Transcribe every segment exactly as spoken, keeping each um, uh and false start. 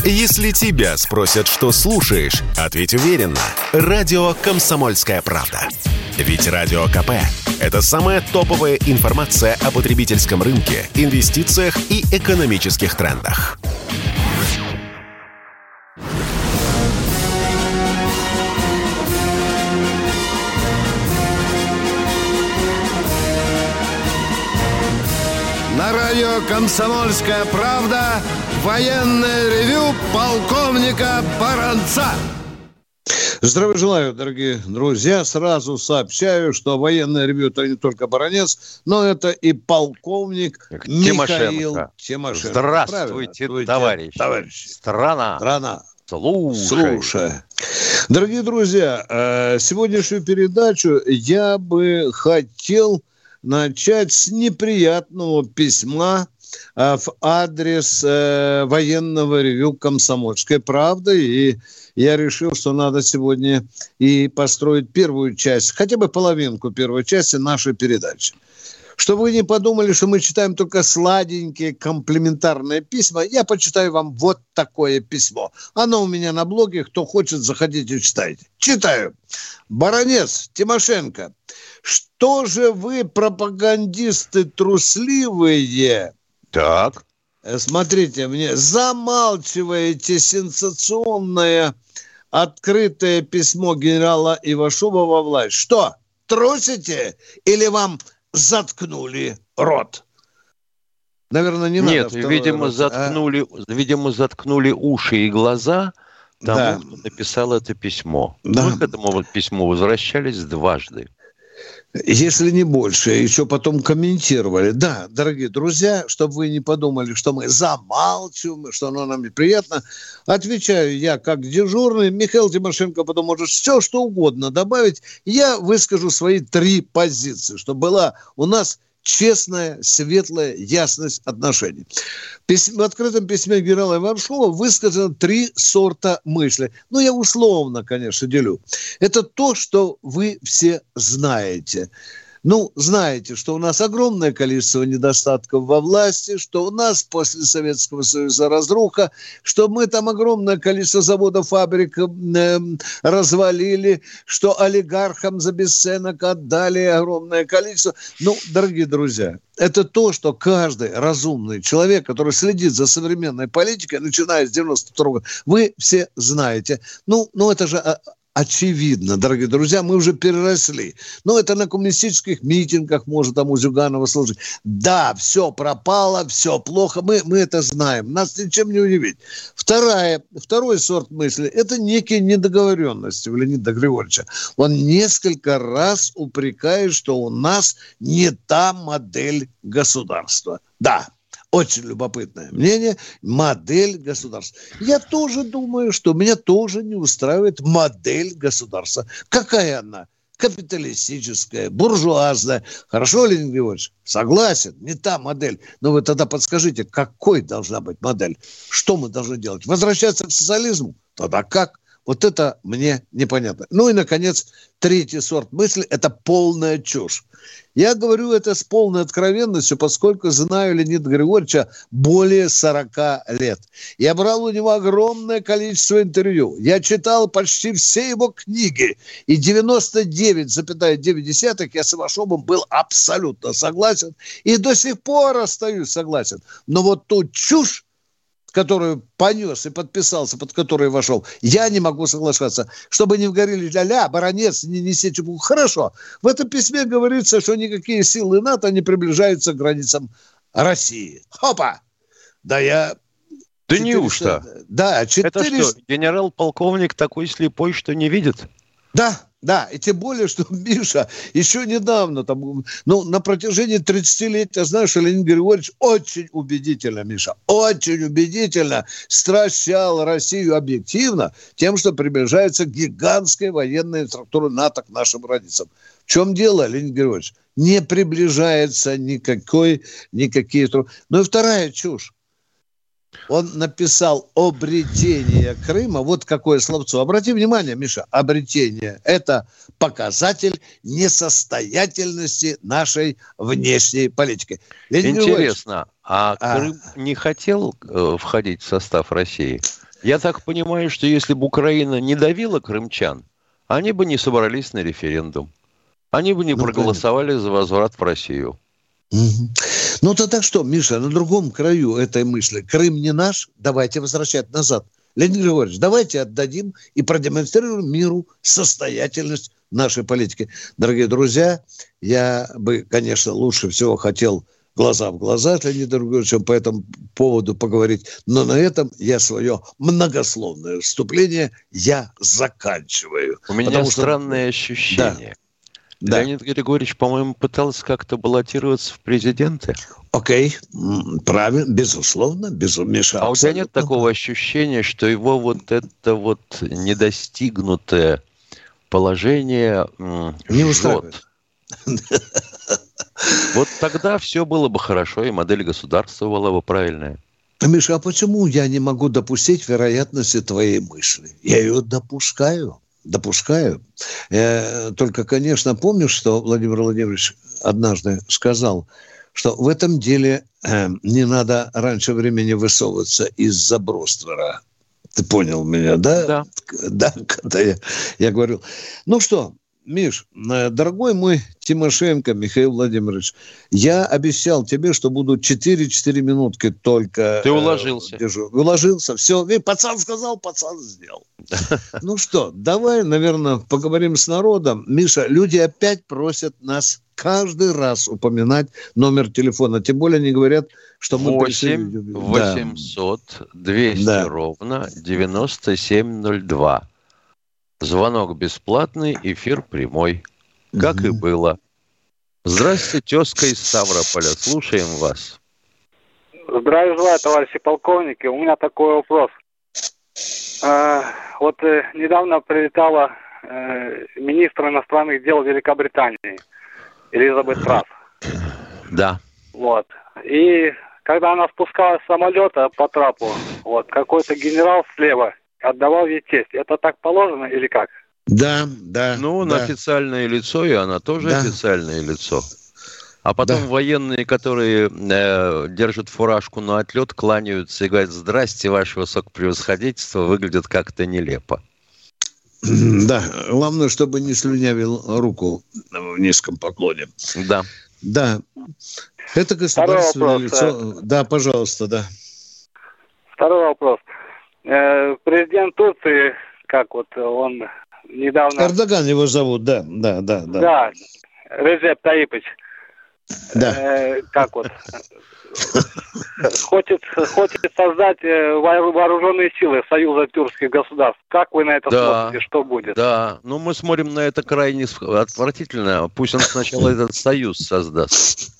Если тебя спросят, что слушаешь, ответь уверенно. Радио «Комсомольская правда». Ведь Радио КП – это самая топовая информация о потребительском рынке, инвестициях и экономических трендах. На радио «Комсомольская правда» военное ревю полковника Баранца. Здравия желаю, дорогие друзья. Сразу сообщаю, что военное ревю – это не только Баранец, но это и полковник Михаил Тимошенко. Здравствуйте, товарищ. товарищ. Страна. Страна. Слушай. Слушай. Дорогие друзья, сегодняшнюю передачу я бы хотел начать с неприятного письма в адрес э, военного ревю «Комсомольской правды». И я решил, что надо сегодня и построить первую часть, хотя бы половинку первой части нашей передачи. Чтобы вы не подумали, что мы читаем только сладенькие комплиментарные письма, я почитаю вам вот такое письмо. Оно у меня на блоге. Кто хочет, заходите, читайте. Читаю. Баронец Тимошенко. Что же вы, пропагандисты трусливые... Так. Смотрите, мне замалчиваете сенсационное открытое письмо генерала Ивашова во власть. Что, трусите или вам заткнули рот? Наверное, не надо. Нет, видимо, рот, заткнули, а? видимо, заткнули уши и глаза тому, да. кто написал это письмо. Да. Мы к этому вот письму возвращались дважды. Если не больше, еще потом комментировали. Да, дорогие друзья, чтобы вы не подумали, что мы замалчиваем, что оно нам неприятно, отвечаю я как дежурный. Михаил Тимошенко потом может все, что угодно добавить. Я выскажу свои три позиции, чтобы была у нас честная, светлая ясность отношений. В открытом письме генерала Ивашова высказано три сорта мысли. Ну, я условно, конечно, делю. Это то, что вы все знаете. Ну, знаете, что у нас огромное количество недостатков во власти, что у нас после Советского Союза разруха, что мы там огромное количество заводов, фабрик э, развалили, что олигархам за бесценок отдали огромное количество. Ну, дорогие друзья, это то, что каждый разумный человек, который следит за современной политикой, начиная с девяносто второго года, вы все знаете. Ну, ну это же... Очевидно, дорогие друзья, мы уже переросли. Ну, это на коммунистических митингах может там у Зюганова служить. Да, все пропало, все плохо, мы, мы это знаем. Нас ничем не удивить. Вторая, второй сорт мысли – это некие недоговоренности у Леонида Григорьевича. Он несколько раз упрекает, что у нас не та модель государства. Да. Очень любопытное мнение. Модель государства. Я тоже думаю, что меня тоже не устраивает модель государства. Какая она? Капиталистическая, буржуазная. Хорошо, Леонид Григорьевич? Согласен, не та модель. Но вы тогда подскажите, какой должна быть модель? Что мы должны делать? Возвращаться к социализму? Тогда как? Вот это мне непонятно. Ну и, наконец, третий сорт мысли – это полная чушь. Я говорю это с полной откровенностью, поскольку знаю Леонида Григорьевича более сорока лет. Я брал у него огромное количество интервью. Я читал почти все его книги. И девяносто девять целых девять десятых я с Ивашовым был абсолютно согласен. И до сих пор остаюсь согласен. Но вот ту чушь, которую понес и подписался, под которой вошел, я не могу соглашаться. Чтобы не говорили, ля-ля, баронец, не неси чепуху. Хорошо. В этом письме говорится, что никакие силы НАТО не приближаются к границам России. Хопа! Да я... Да неужто? Да, четыреста... Это что, генерал-полковник такой слепой, что не видит? Да. Да, и тем более, что Миша еще недавно, там, ну, на протяжении тридцати лет, я знаю, что Леонид Григорьевич очень убедительно, Миша, очень убедительно стращал Россию объективно тем, что приближается гигантская военная структура НАТО к нашим границам. В чем дело, Леонид Григорьевич? Не приближается никакой, никакие структуры. Ну и вторая чушь. Он написал «обретение Крыма». Вот какое словцо. Обрати внимание, Миша, обретение – это показатель несостоятельности нашей внешней политики. Леонид Интересно, а, а Крым не хотел э, входить в состав России? Я так понимаю, что если бы Украина не давила крымчан, они бы не собрались на референдум. Они бы не ну, проголосовали конечно. за возврат в Россию. Угу. Ну тогда что, Миша, на другом краю этой мысли. Крым не наш, давайте возвращать назад. Леонид Григорьевич, давайте отдадим и продемонстрируем миру состоятельность нашей политики. Дорогие друзья, я бы, конечно, лучше всего хотел глаза в глаза с Леонидом Григорьевичем по этому поводу поговорить, но на этом я свое многословное вступление я заканчиваю. У меня странное что... ощущение. Да. Леонид да. Григорьевич, по-моему, пытался как-то баллотироваться в президенты. Окей, правильно, безусловно, безумно. А у тебя нет такого ощущения, что его вот это вот недостигнутое положение не устраивает? Вот тогда все было бы хорошо, и модель государства была бы правильная. Миша, а почему я не могу допустить вероятности твоей мысли? Я ее допускаю. Допускаю. Я только, конечно, помню, что Владимир Владимирович однажды сказал, что в этом деле э, не надо раньше времени высовываться из-за бруствера. Ты понял меня, да? Да. Да, когда я, я говорил. Ну что, Миш, дорогой мой Тимошенко Михаил Владимирович, я обещал тебе, что будут четыре-четыре минутки только... Ты уложился. Э, уложился, все. Пацан сказал, пацан сделал. Ну что, давай, наверное, поговорим с народом. Миша, люди опять просят нас каждый раз упоминать номер телефона. Тем более они говорят, что мы... восемь восемьсот двести да. ровно девяносто семь ноль два. Звонок бесплатный, эфир прямой. Как угу. и было. Здравствуйте, тезка из Ставрополя. Слушаем вас. Здравия желаю, товарищи полковники. У меня такой вопрос. А, вот э, недавно прилетала э, министр иностранных дел Великобритании Элизабет Трасс. Да. Вот. И когда она спускалась с самолета по трапу, вот, какой-то генерал слева отдавал ей честь. Это так положено или как? Да, да. Ну, он да. официальное лицо, и она тоже да. официальное лицо. А потом да. военные, которые э, держат фуражку на отлет, кланяются и говорят: «Здрасте, ваше высокопревосходительство», выглядят как-то нелепо. Да, главное, чтобы не слюнявил руку в низком поклоне. Да. Да. Это государственное лицо. Да, пожалуйста, да. Второй вопрос. Президент Турции, как вот он недавно... Эрдоган его зовут, да, да, да. Да, да. Реджеп Таипыч. Да. Э, как вот? Хочет, хочет создать вооруженные силы Союза тюркских государств. Как вы на это да, смотрите? Что будет? Да, ну мы смотрим на это крайне отвратительно. Пусть он сначала этот союз создаст.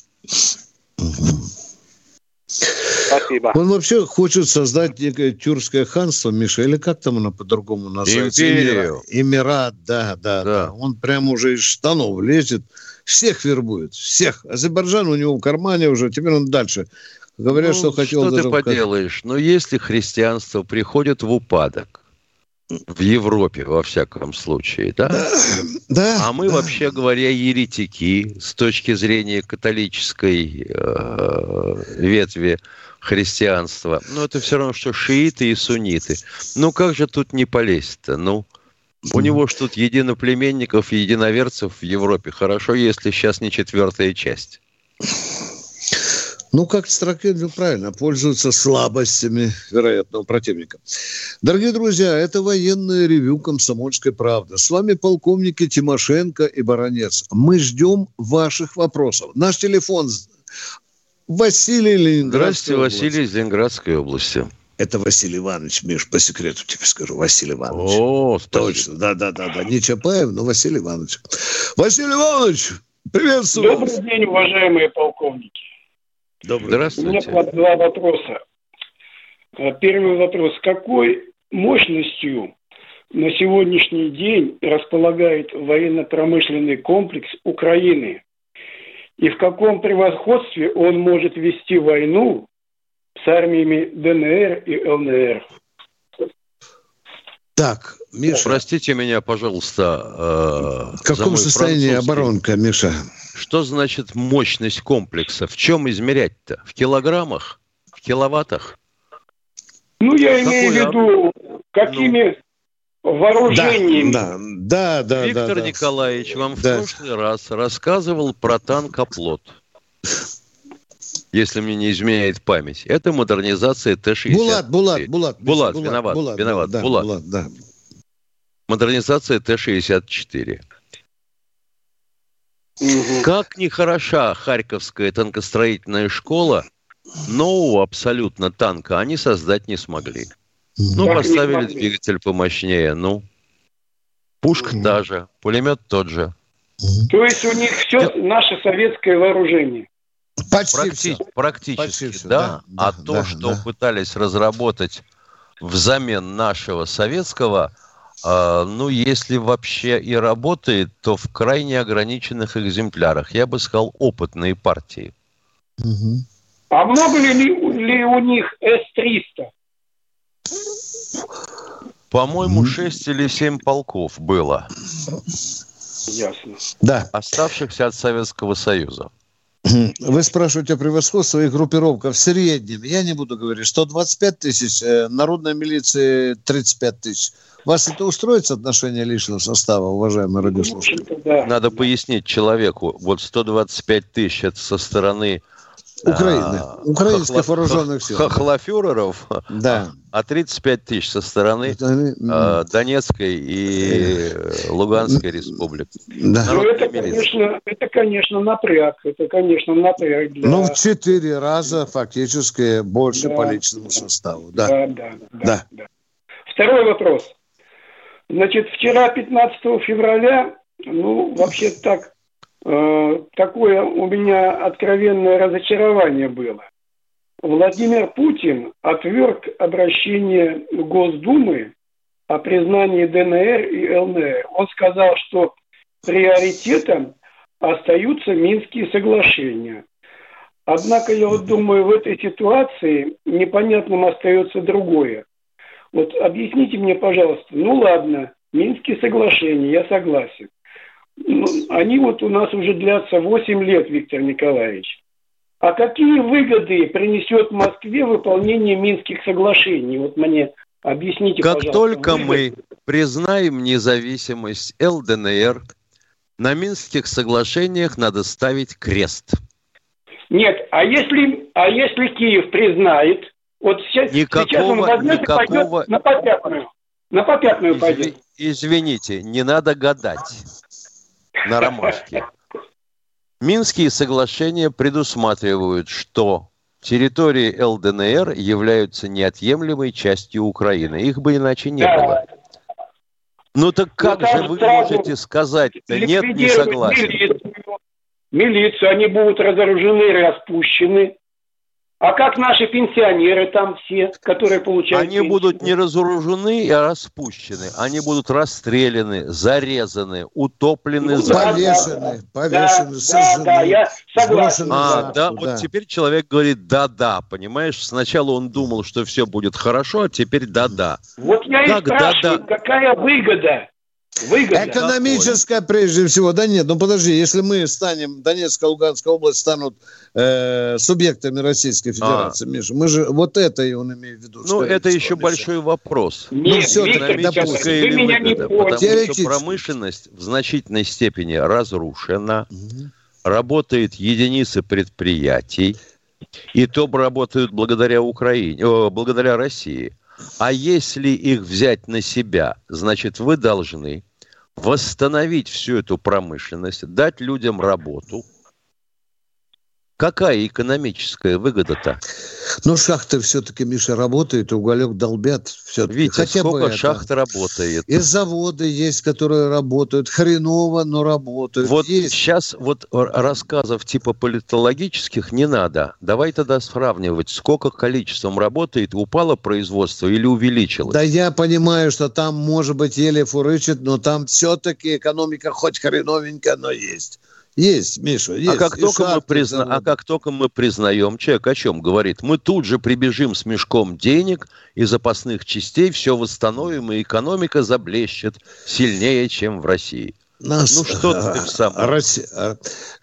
Спасибо. Он вообще хочет создать некое тюркское ханство, Миша, или как там оно по-другому называется? Империю. Эмират, да, да, да, да. Он прямо уже из штанов лезет, всех вербует, всех. Азербайджан у него в кармане уже, теперь он дальше. Говорят, ну, что хотел... Что ты поделаешь? Но если христианство приходит в упадок, в Европе, во всяком случае, да? Да, да а мы, да. вообще говоря, еретики с точки зрения католической э, ветви христианства. Ну, это все равно, что шииты и сунниты. Ну, как же тут не полезть-то? Ну, у него ж тут единоплеменников и единоверцев в Европе. Хорошо, если сейчас не четвертая часть. Ну, как Строкин, правильно, пользуются слабостями вероятного противника. Дорогие друзья, это военное ревью «Комсомольской правды». С вами полковники Тимошенко и Баранец. Мы ждем ваших вопросов. Наш телефон Василий Ленинградской Здравствуйте, Василий из Ленинградской области. Это Василий Иванович, Миш, по секрету тебе скажу, Василий Иванович. О, спасибо. Точно, да-да-да, не Чапаев, но Василий Иванович. Василий Иванович, приветствую. Добрый день, уважаемые полковники. Добрый. Здравствуйте. У меня два вопроса. Первый вопрос. Какой мощностью на сегодняшний день располагает военно-промышленный комплекс Украины? И в каком превосходстве он может вести войну с армиями ДНР и ЛНР? Так, Миша. Простите меня, пожалуйста. Э, в каком состоянии оборонка, Миша? Что значит мощность комплекса? В чем измерять-то? В килограммах? В киловаттах? Ну, я имею в виду, какими ну, вооружениями. Да, да, да. Виктор да, да. Николаевич вам да. в прошлый раз рассказывал про танк «Оплот». Если мне не изменяет память. Это модернизация Т шестьдесят четыре. Булат, Булат, Булат. Булат, Булат, виноват, Булат, виноват. Да, Булат. Булат, да. Модернизация Т шестьдесят четыре. Угу. Как ни хороша Харьковская танкостроительная школа, нового абсолютно танка они создать не смогли. Ну, Как поставили двигатель помощнее, ну. Пушка Угу. та же, пулемет тот же. То есть у них все Это... наше советское вооружение. Почти Практи... все. Практически, Почти все, да. да, да. А то, да, что да. пытались разработать взамен нашего советского, э, ну, если вообще и работает, то в крайне ограниченных экземплярах. Я бы сказал, опытные партии. Угу. А много ли, ли у них С триста? По-моему, шесть или семь полков было. Ясно. Да. Оставшихся от Советского Союза. Вы спрашиваете о превосходстве своих группировок в среднем. Я не буду говорить. сто двадцать пять тысяч, народной милиции тридцать пять тысяч. Вас это устроит соотношение личного состава, уважаемые радиослушатели? Да. Надо пояснить человеку. Вот сто двадцать пять тысяч это со стороны Украины. а, Украинских хохла... вооруженных сил. Хохлофюреров. Да. А тридцать пять тысяч со стороны а, Донецкой и Луганской республик. Да. Ну, это, конечно, это, конечно, напряг. Это, конечно, напряг. Для... Ну, в четыре раза фактически больше да. по личному составу. Да. Да, да, да, да. да. Второй вопрос. Значит, вчера, пятнадцатого февраля, ну, вообще так, э, такое у меня откровенное разочарование было. Владимир Путин отверг обращение Госдумы о признании ДНР и ЛНР. Он сказал, что приоритетом остаются Минские соглашения. Однако, я вот думаю, в этой ситуации непонятным остается другое. Вот объясните мне, пожалуйста, ну ладно, Минские соглашения, я согласен. Ну, они вот у нас уже длятся восемь лет, Виктор Николаевич. А какие выгоды принесет Москве выполнение Минских соглашений? Вот мне объясните, как пожалуйста. Только выгоды. мы признаем независимость ЛДНР, на Минских соглашениях надо ставить крест. Нет, а если, а если Киев признает, вот сейчас, никакого, сейчас он возьмет никакого... и пойдет на попятную. На попятную Изв... пойдет. Извините, не надо гадать на ромашке. Минские соглашения предусматривают, что территории ЛДНР являются неотъемлемой частью Украины. Их бы иначе не да. было. Ну так как ну, же вы можете сказать-то нет, не согласен? Милицию, милицию, они будут разоружены и распущены. А как наши пенсионеры там все, которые получают Они пенсию? будут не разоружены, а распущены. Они будут расстреляны, зарезаны, утоплены, Ну, за... повешены, повешены, да, сожжены. Да, да, я согласен. А, да, да, да. вот теперь человек говорит «да-да», понимаешь? Сначала он думал, что все будет хорошо, а теперь «да-да». Вот я Как и спрашиваю, да-да? какая выгода? Выгода. Экономическая прежде всего. Да нет, ну подожди, если мы станем, Донецкая, Луганская область станут э, субъектами Российской Федерации, а. Миша, мы же вот это и он имеет в виду. Ну, это еще Миша. Большой вопрос. Нет, ну, все, Виктор, экономическая или меня не выгода, потому поняли. что промышленность в значительной степени разрушена, угу. Работают единицы предприятий, и то работают благодаря Украине, о, благодаря России. А если их взять на себя, значит, вы должны восстановить всю эту промышленность, дать людям работу. Какая экономическая выгода-то? Ну, шахты все-таки, Миша, работают, уголек долбят. Все-таки. Видите, хотя сколько бы шахт это. Работает. И заводы есть, которые работают. Хреново, но работают. Вот есть. сейчас вот рассказов типа политологических не надо. Давай тогда сравнивать, сколько количеством работает, упало производство или увеличилось. Да я понимаю, что там, может быть, еле фурычит, но там все-таки экономика хоть хреновенькая, но есть. Есть, Миша, есть. А как, только мы призна... а как только мы признаем, человек о чем говорит, мы тут же прибежим с мешком денег и запасных частей, все восстановим, и экономика заблещет сильнее, чем в России. Нас, ну что ты сам? Россия, э,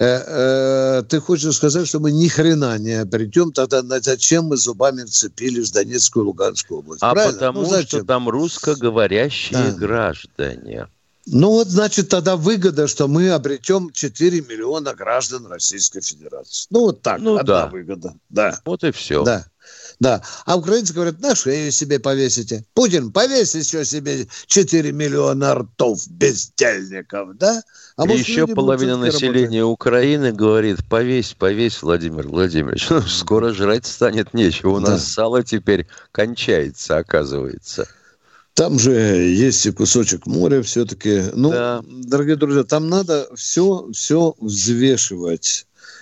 э, ты хочешь сказать, что мы ни хрена не обретем, тогда зачем мы зубами вцепились в Донецкую и Луганскую область? А правильно? потому ну, что там русскоговорящие да. граждане. Ну вот, значит, тогда выгода, что мы обретем четыре миллиона граждан Российской Федерации. Ну вот так, ну, одна да. выгода. Да. Вот и все. Да. Да. А украинцы говорят, на шею себе повесите. Путин, повесь еще себе четыре миллиона ртов бездельников, да? А и еще половина населения работать. Украины говорит, повесь, повесь, Владимир Владимирович. Ну, скоро жрать станет нечего. У да. нас сало теперь кончается, оказывается. Там же есть и кусочек моря все-таки. Ну, да. дорогие друзья, там надо все, все взвешивать.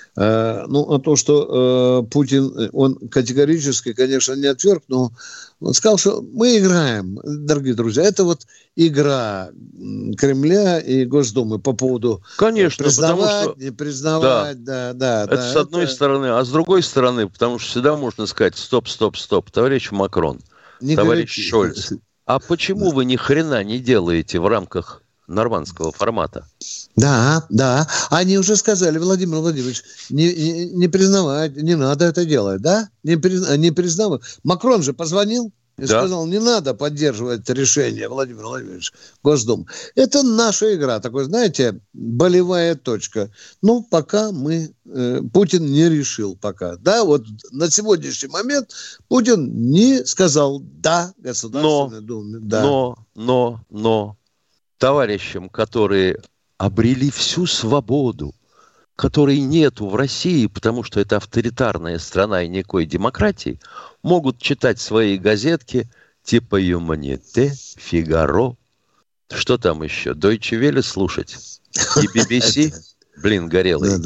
Ну, а то, что э, Путин, он категорически, конечно, не отверг, но он сказал, что мы играем, дорогие друзья. Это вот игра Кремля и Госдумы по поводу конечно, признавать, потому что... не признавать. Да, да, да. Это да, с одной это... стороны. А с другой стороны, потому что всегда можно сказать, стоп, стоп, стоп, товарищ Макрон, не товарищ горячи. Шольц. А почему да. вы ни хрена не делаете в рамках нормандского формата? Да, да. Они уже сказали, Владимир Владимирович, не, не, не признавать, не надо это делать, да? Не, призна, не признавать. Макрон же позвонил и да. сказал, не надо поддерживать решение, Владимир Владимирович, Госдумы. Это наша игра, такой, знаете, болевая точка. Ну, пока мы, э, Путин не решил пока. Да, вот на сегодняшний момент Путин не сказал да Государственной Думе. Да. Но, но, но товарищам, которые обрели всю свободу, которой нету в России, потому что это авторитарная страна и никакой демократии, могут читать свои газетки типа «Юманите», «Фигаро», что там еще, «Дойче Велле» слушать и би би си, блин, горелый.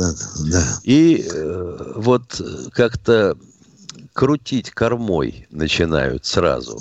И вот как-то крутить кормой начинают сразу.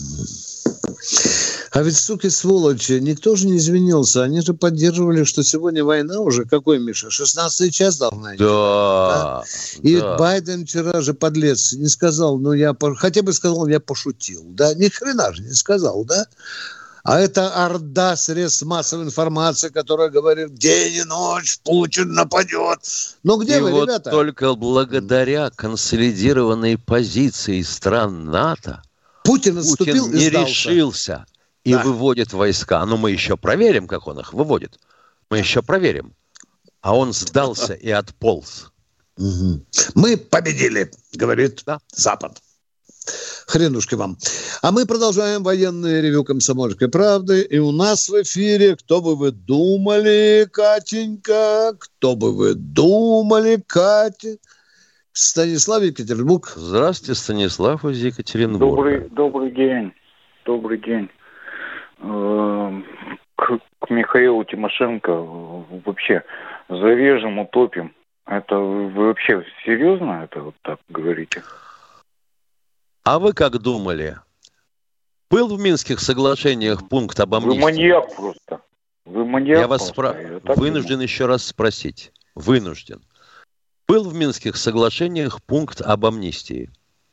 А ведь, суки, сволочи, никто же не извинился. Они же поддерживали, что сегодня война уже. Какой, Миша? шестнадцатый час должна идти. Да, да. И да. Байден вчера же, подлец, не сказал, ну, я... Хотя бы сказал, я пошутил. Да, ни хрена же не сказал, да? А это орда средств массовой информации, которая говорит, день и ночь Путин нападет. Ну, где и вы, вот ребята? Только благодаря консолидированной позиции стран НАТО Путин, отступил Путин не и сдался. решился и да. выводит войска. Но мы еще проверим, как он их выводит. Мы еще проверим. А он сдался и отполз. Угу. Мы победили, говорит да. Запад. Хренушки вам. А мы продолжаем военное ревю «Комсомольской правды». И у нас в эфире, кто бы вы думали, Катенька, кто бы вы думали, Катя, Станислав, Екатеринбург. Здравствуйте, Станислав из Екатеринбурга. Добрый, добрый день. Добрый день. К, к Михаилу Тимошенко вообще зарежем, утопим. Это вы вообще серьезно это вот так говорите? А вы как думали? Был в Минских соглашениях пункт об амнистии? Вы маньяк просто. Вы маньяк. Я вас спра... вынужден думаю. еще раз спросить. Вынужден. Был в Минских соглашениях пункт об амнистии?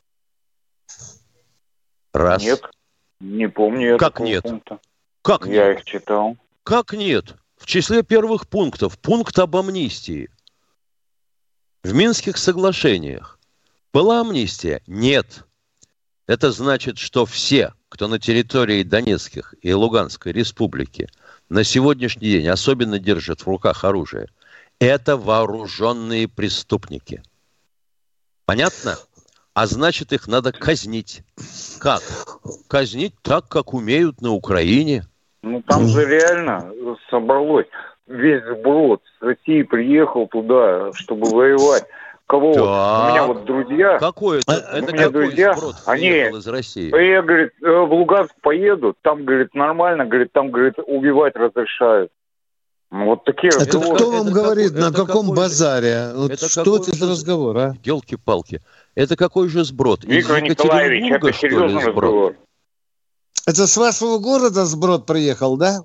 Раз. Нет. Не помню я как нет? Пункта. Как я нет? их читал. Как нет? В числе первых пунктов пункт об амнистии. В Минских соглашениях была амнистия? Нет. Это значит, что все, кто на территории Донецких и Луганской республики на сегодняшний день особенно держат в руках оружие, это вооруженные преступники. Понятно? А значит, их надо казнить. Как? Казнить так, как умеют на Украине. Ну, там же реально собралось. Весь сброд с России приехал туда, чтобы воевать. Кого? Да. У меня вот друзья... Какой это? У это меня какой друзья, сброд они, приехал из России? Я, говорит, в Луганск поеду, там, говорит, нормально, говорит, там, говорит, убивать разрешают. Вот такие это разговоры. Кто вам это говорит, какой, на это каком какой, базаре? Вот это что это за разговор, а? Ёлки-палки. Это какой же сброд? Виктор Николаевич, это серьезный разговор. Это с вашего города сброд приехал, да?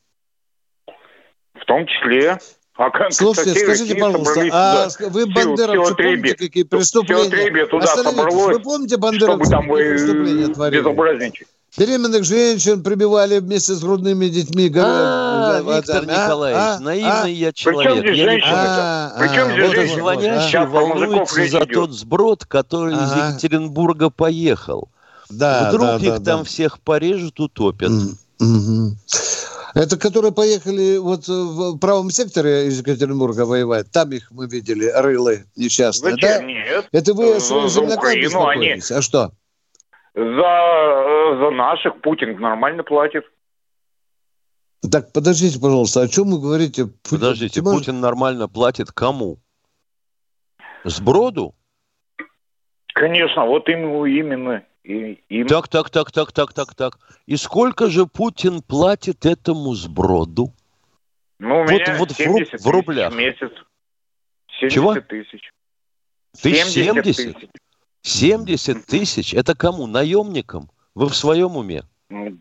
В том числе. А как, слушайте, кстати, скажите, пожалуйста, а вы бандеровцы помните, какие преступления? Все туда собралось, вы помните, бандеровцы какие преступления творили? Безобразничать. Беременных женщин прибивали вместе с грудными детьми. А, Виктор Николаевич, наивный я человек. Причем здесь женщины-то? Причем здесь женщины? Звонящий волнуется за тот сброд, который из Екатеринбурга поехал. Да, Вдруг да, их да, там да. всех порежут, утопят. Mm-hmm. Это которые поехали вот в правом секторе из Екатеринбурга воевать. Там их мы видели, рылы несчастные. Зачем? Да? Нет. Это вы о за, своих земляках беспокоитесь? Они... А что? За, за наших Путин нормально платит. Так, подождите, пожалуйста, о чем вы говорите? Подождите, Путин, Путин нормально платит кому? Сброду? Конечно, вот ему именно. И, им... Так, так, так, так, так, так, так. И сколько же Путин платит этому сброду? Ну, у вот, меня вот семьдесят в, в рублях. В месяц. семьдесят Чего? Тысяч. Тысяч семьдесят? семьдесят тысяч? Это кому? Наемникам? Вы в своем уме? Ну...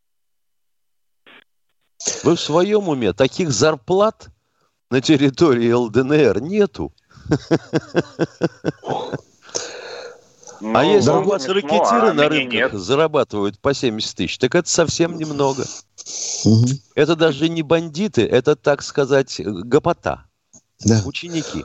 Вы в своем уме? Таких зарплат на территории ЛДНР нету. Ну, а если да, у вас смешно, ракетиры а на рынках нет. зарабатывают по семьдесят тысяч, так это совсем немного. Угу. Это даже не бандиты, это, так сказать, гопота. Да. Ученики.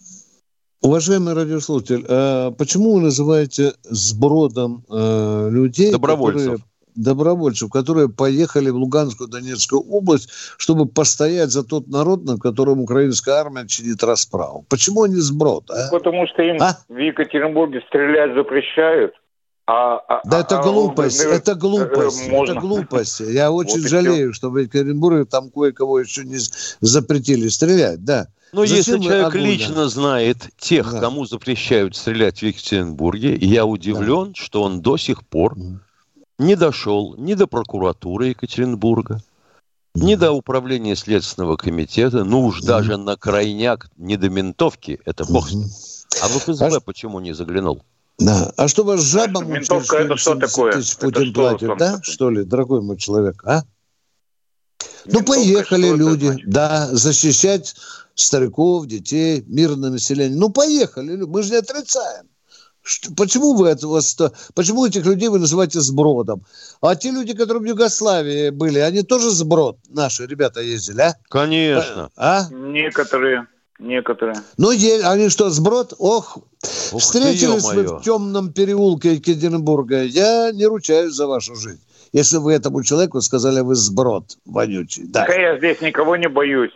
Уважаемый радиослушатель, а почему вы называете сбродом э, людей, добровольцев. которые, добровольцев, которые поехали в Луганскую, Донецкую область, чтобы постоять за тот народ, над которым украинская армия чинит расправу? Почему они сброд? А? Потому что им а? в Екатеринбурге стрелять запрещают. А, а, да, это а, глупость, а, это глупость, можно. это глупость. Я очень вот жалею, что в Екатеринбурге там кое-кого еще не запретили стрелять, да. Но Зачем если человек огонь? лично знает тех, да. кому запрещают стрелять в Екатеринбурге, я удивлен, да. что он до сих пор да. не дошел ни до прокуратуры Екатеринбурга, да. ни до управления Следственного комитета, ну уж да. даже на крайняк, не до ментовки, это бог с ним. А в эф эс бэ а почему не заглянул? Да. А что вас жаба мучает? Ментовка это что такое? Тысяч Путин платит, да? Такое? Что ли, дорогой мой человек, а? Ментовка, ну, поехали люди, значит? да, защищать стариков, детей, мирное население. Ну, поехали, мы же не отрицаем. Что, почему вы это, вас, почему этих людей вы называете сбродом? А те люди, которые в Югославии были, они тоже сброд? Наши ребята ездили, а? Конечно. А? Некоторые. Некоторые. Ну, они что, сброд? Ох, Ух встретились ты, вы в темном переулке Екатеринбурга. Я не ручаюсь за вашу жизнь. Если вы этому человеку сказали, вы сброд вонючий. Да. Я здесь никого не боюсь.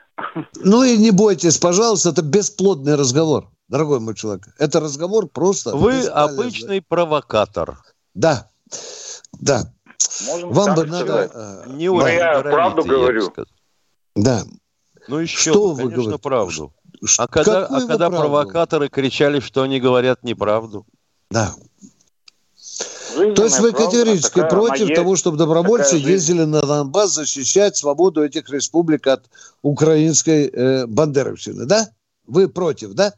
Ну и не бойтесь, пожалуйста, это бесплодный разговор, дорогой мой человек. Это разговор просто... Вы обычный провокатор. Да, да. Можем Вам бы надо... Не очень я правду говорю. Да. Ну еще, что бы, вы конечно, говорите? правду. А когда, а когда провокаторы кричали, что они говорят неправду? Да. Жизненная То есть вы правда, категорически против есть, того, чтобы добровольцы ездили на Донбасс защищать свободу этих республик от украинской э, бандеровщины, да? Вы против, да?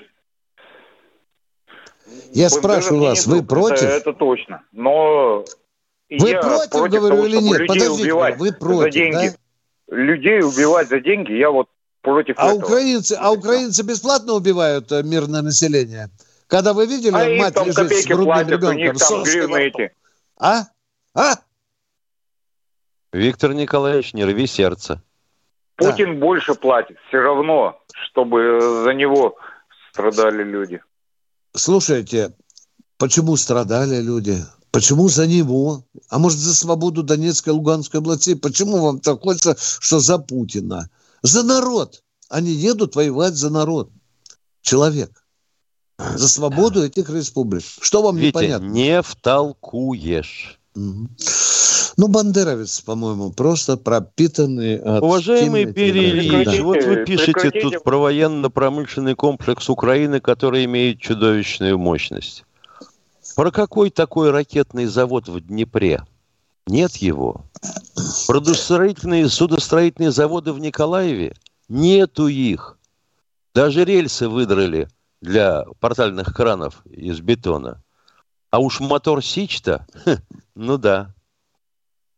Я спрашиваю вас, вы против? Это, это точно. Но вы я против, против говорю, того, или нет? Подождите, убивать вы против, за деньги. Да? Людей убивать за деньги, я вот против а этого. Украинцы, а украинцы бесплатно убивают мирное население? Когда вы видели, а мать там лежит с грудным платят, ребенком, у них там гривны эти. А? А? Виктор Николаевич, не рви сердце. Путин да. больше платит, все равно, чтобы за него страдали люди. Слушайте, почему страдали люди? Почему за него? А может, за свободу Донецкой и Луганской областей? Почему вам так хочется, что за Путина? За народ. Они едут воевать за народ. Человек. За свободу этих республик. Что вам Витя, непонятно? не втолкуешь. Угу. Ну, бандеровец, по-моему, просто пропитанный от... Уважаемый Берий Ильич, да. вот вы пишете тут про военно-промышленный комплекс Украины, который имеет чудовищную мощность. Про какой такой ракетный завод в Днепре? Нет его. Про судостроительные, судостроительные заводы в Николаеве? Нету их. Даже рельсы выдрали для портальных кранов из бетона. А уж мотор Сич-то, ну да.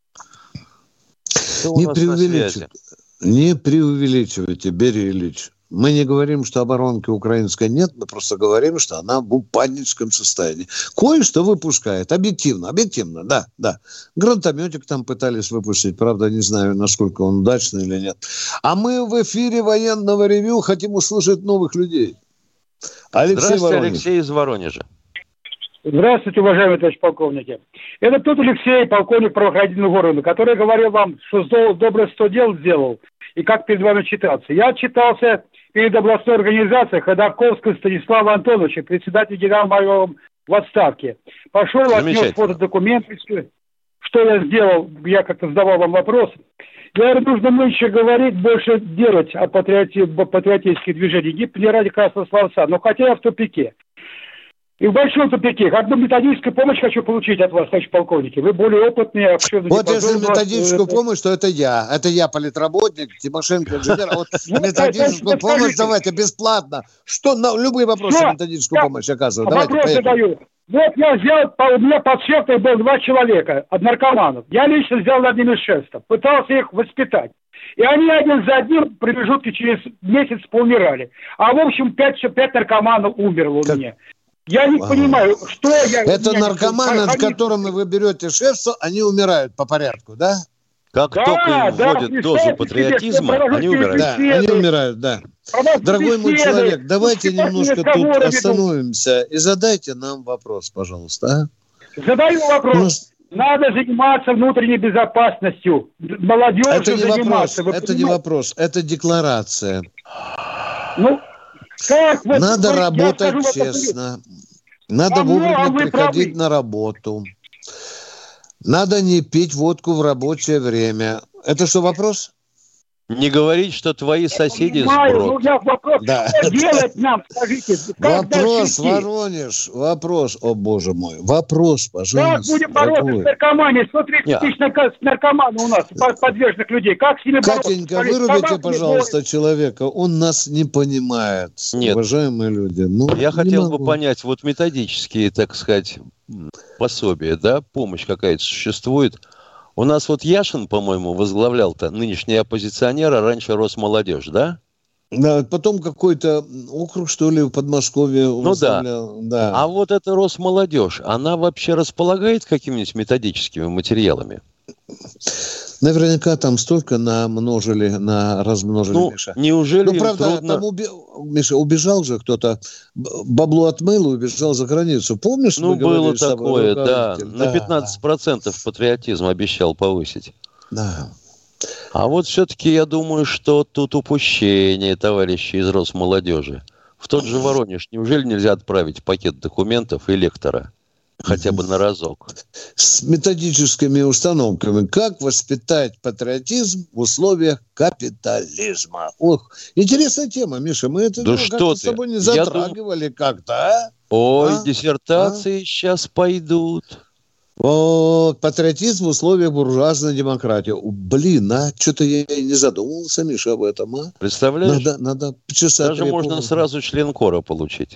Не преувеличивайте, не преувеличивайте, Берий Ильич. Мы не говорим, что оборонки украинской нет, мы просто говорим, что она в упадническом состоянии. Кое-что выпускает, объективно, объективно, да, да. Гранатометик там пытались выпустить, правда, не знаю, насколько он удачный или нет. А мы в эфире военного ревью хотим услышать новых людей. Алексей Здравствуйте, Воронеж. Алексей из Воронежа. Здравствуйте, уважаемые товарищи полковники. Это тот Алексей, полковник правоохранительного органа, который говорил вам, что доброе сто дел сделал, и как перед вами читаться. Я отчитался перед областной организацией Ходорковского Станислава Антоновича, председатель генерал-майором в отставке. Пошел, отнес фотодокументы, что я сделал, я как-то задавал вам вопрос. Я говорю, нужно меньше говорить, больше делать о патриоти... патриотических движениях, не ради красного словца, но хотя я в тупике. И в большом тупике. Одну методическую помощь хочу получить от вас, товарищ полковники. Вы более опытные. Вот если методическую помощь, то это я. Это я политработник, Тимошенко инженер. А вот методическую помощь давайте бесплатно. Что, на любые вопросы методическую помощь оказываю. Давайте, поехали. Вот я взял, у меня под шефтой был два человека, от наркоманов. Я лично взял одним из шефстов. Пытался их воспитать. И они один за одним в промежутке через месяц поумирали. А в общем пять, пять наркоманов умерло у меня. Я не ага. понимаю, что я... Это наркоманы, над которыми вы берете шефство, они умирают по порядку, да? Как да, только им да, вводят дозу патриотизма, себе, они умирают. Да, они умирают, да. Дорогой мой человек, давайте немножко тут остановимся и задайте нам вопрос, пожалуйста. А? Задаю вопрос. Нас... Надо заниматься внутренней безопасностью. Молодежью это не заниматься. Вопрос, это не вопрос, это декларация. Ну... Как вы, Надо вы, работать скажу, честно. Надо а вовремя а приходить правы. на работу. Надо не пить водку в рабочее время. Это что, вопрос? Не говорить, что твои соседи понимаю, сброд. Ну, я вопрос, да. Что делать нам, скажите? Вопрос, Воронеж, вопрос, о боже мой. Вопрос, пожалуйста. Как будем бороться с наркоманией? сто тридцать тысяч наркоманов у нас, подверженных людей. Как с ними бороться? Катенька, вырубите, пожалуйста, бороться. человека. Он нас не понимает, Нет. уважаемые люди. Ну, я хотел могу. бы понять, вот методические, так сказать, пособия, да, помощь какая-то существует. У нас вот Яшин, по-моему, возглавлял-то нынешний оппозиционер, а раньше Росмолодежь, да? Да, потом какой-то округ, что ли, в Подмосковье ну да. да. А вот эта Росмолодежь, она вообще располагает какими-нибудь методическими материалами? Наверняка там столько намножили, на размножили, ну, Миша. Неужели ну, правда, трудно... там уби... Миша, убежал же кто-то, бабло отмыл и убежал за границу. Помнишь? Ну, было такое, да. да. На пятнадцать процентов патриотизм обещал повысить. Да. А вот все-таки я думаю, что тут упущение, товарищи из Росмолодежи. В тот же Воронеж неужели нельзя отправить пакет документов и лектора? Хотя бы на разок. С методическими установками. Как воспитать патриотизм в условиях капитализма? Ох, интересная тема, Миша. Мы это да как-то с тобой не затрагивали дум... как-то, а? Ой, а? диссертации а? сейчас пойдут. Вот, патриотизм в условиях буржуазной демократии. Блин, а что-то я и не задумывался, Миша, об этом, а? Представляешь? Надо, надо часа Даже можно помню. сразу член кора получить.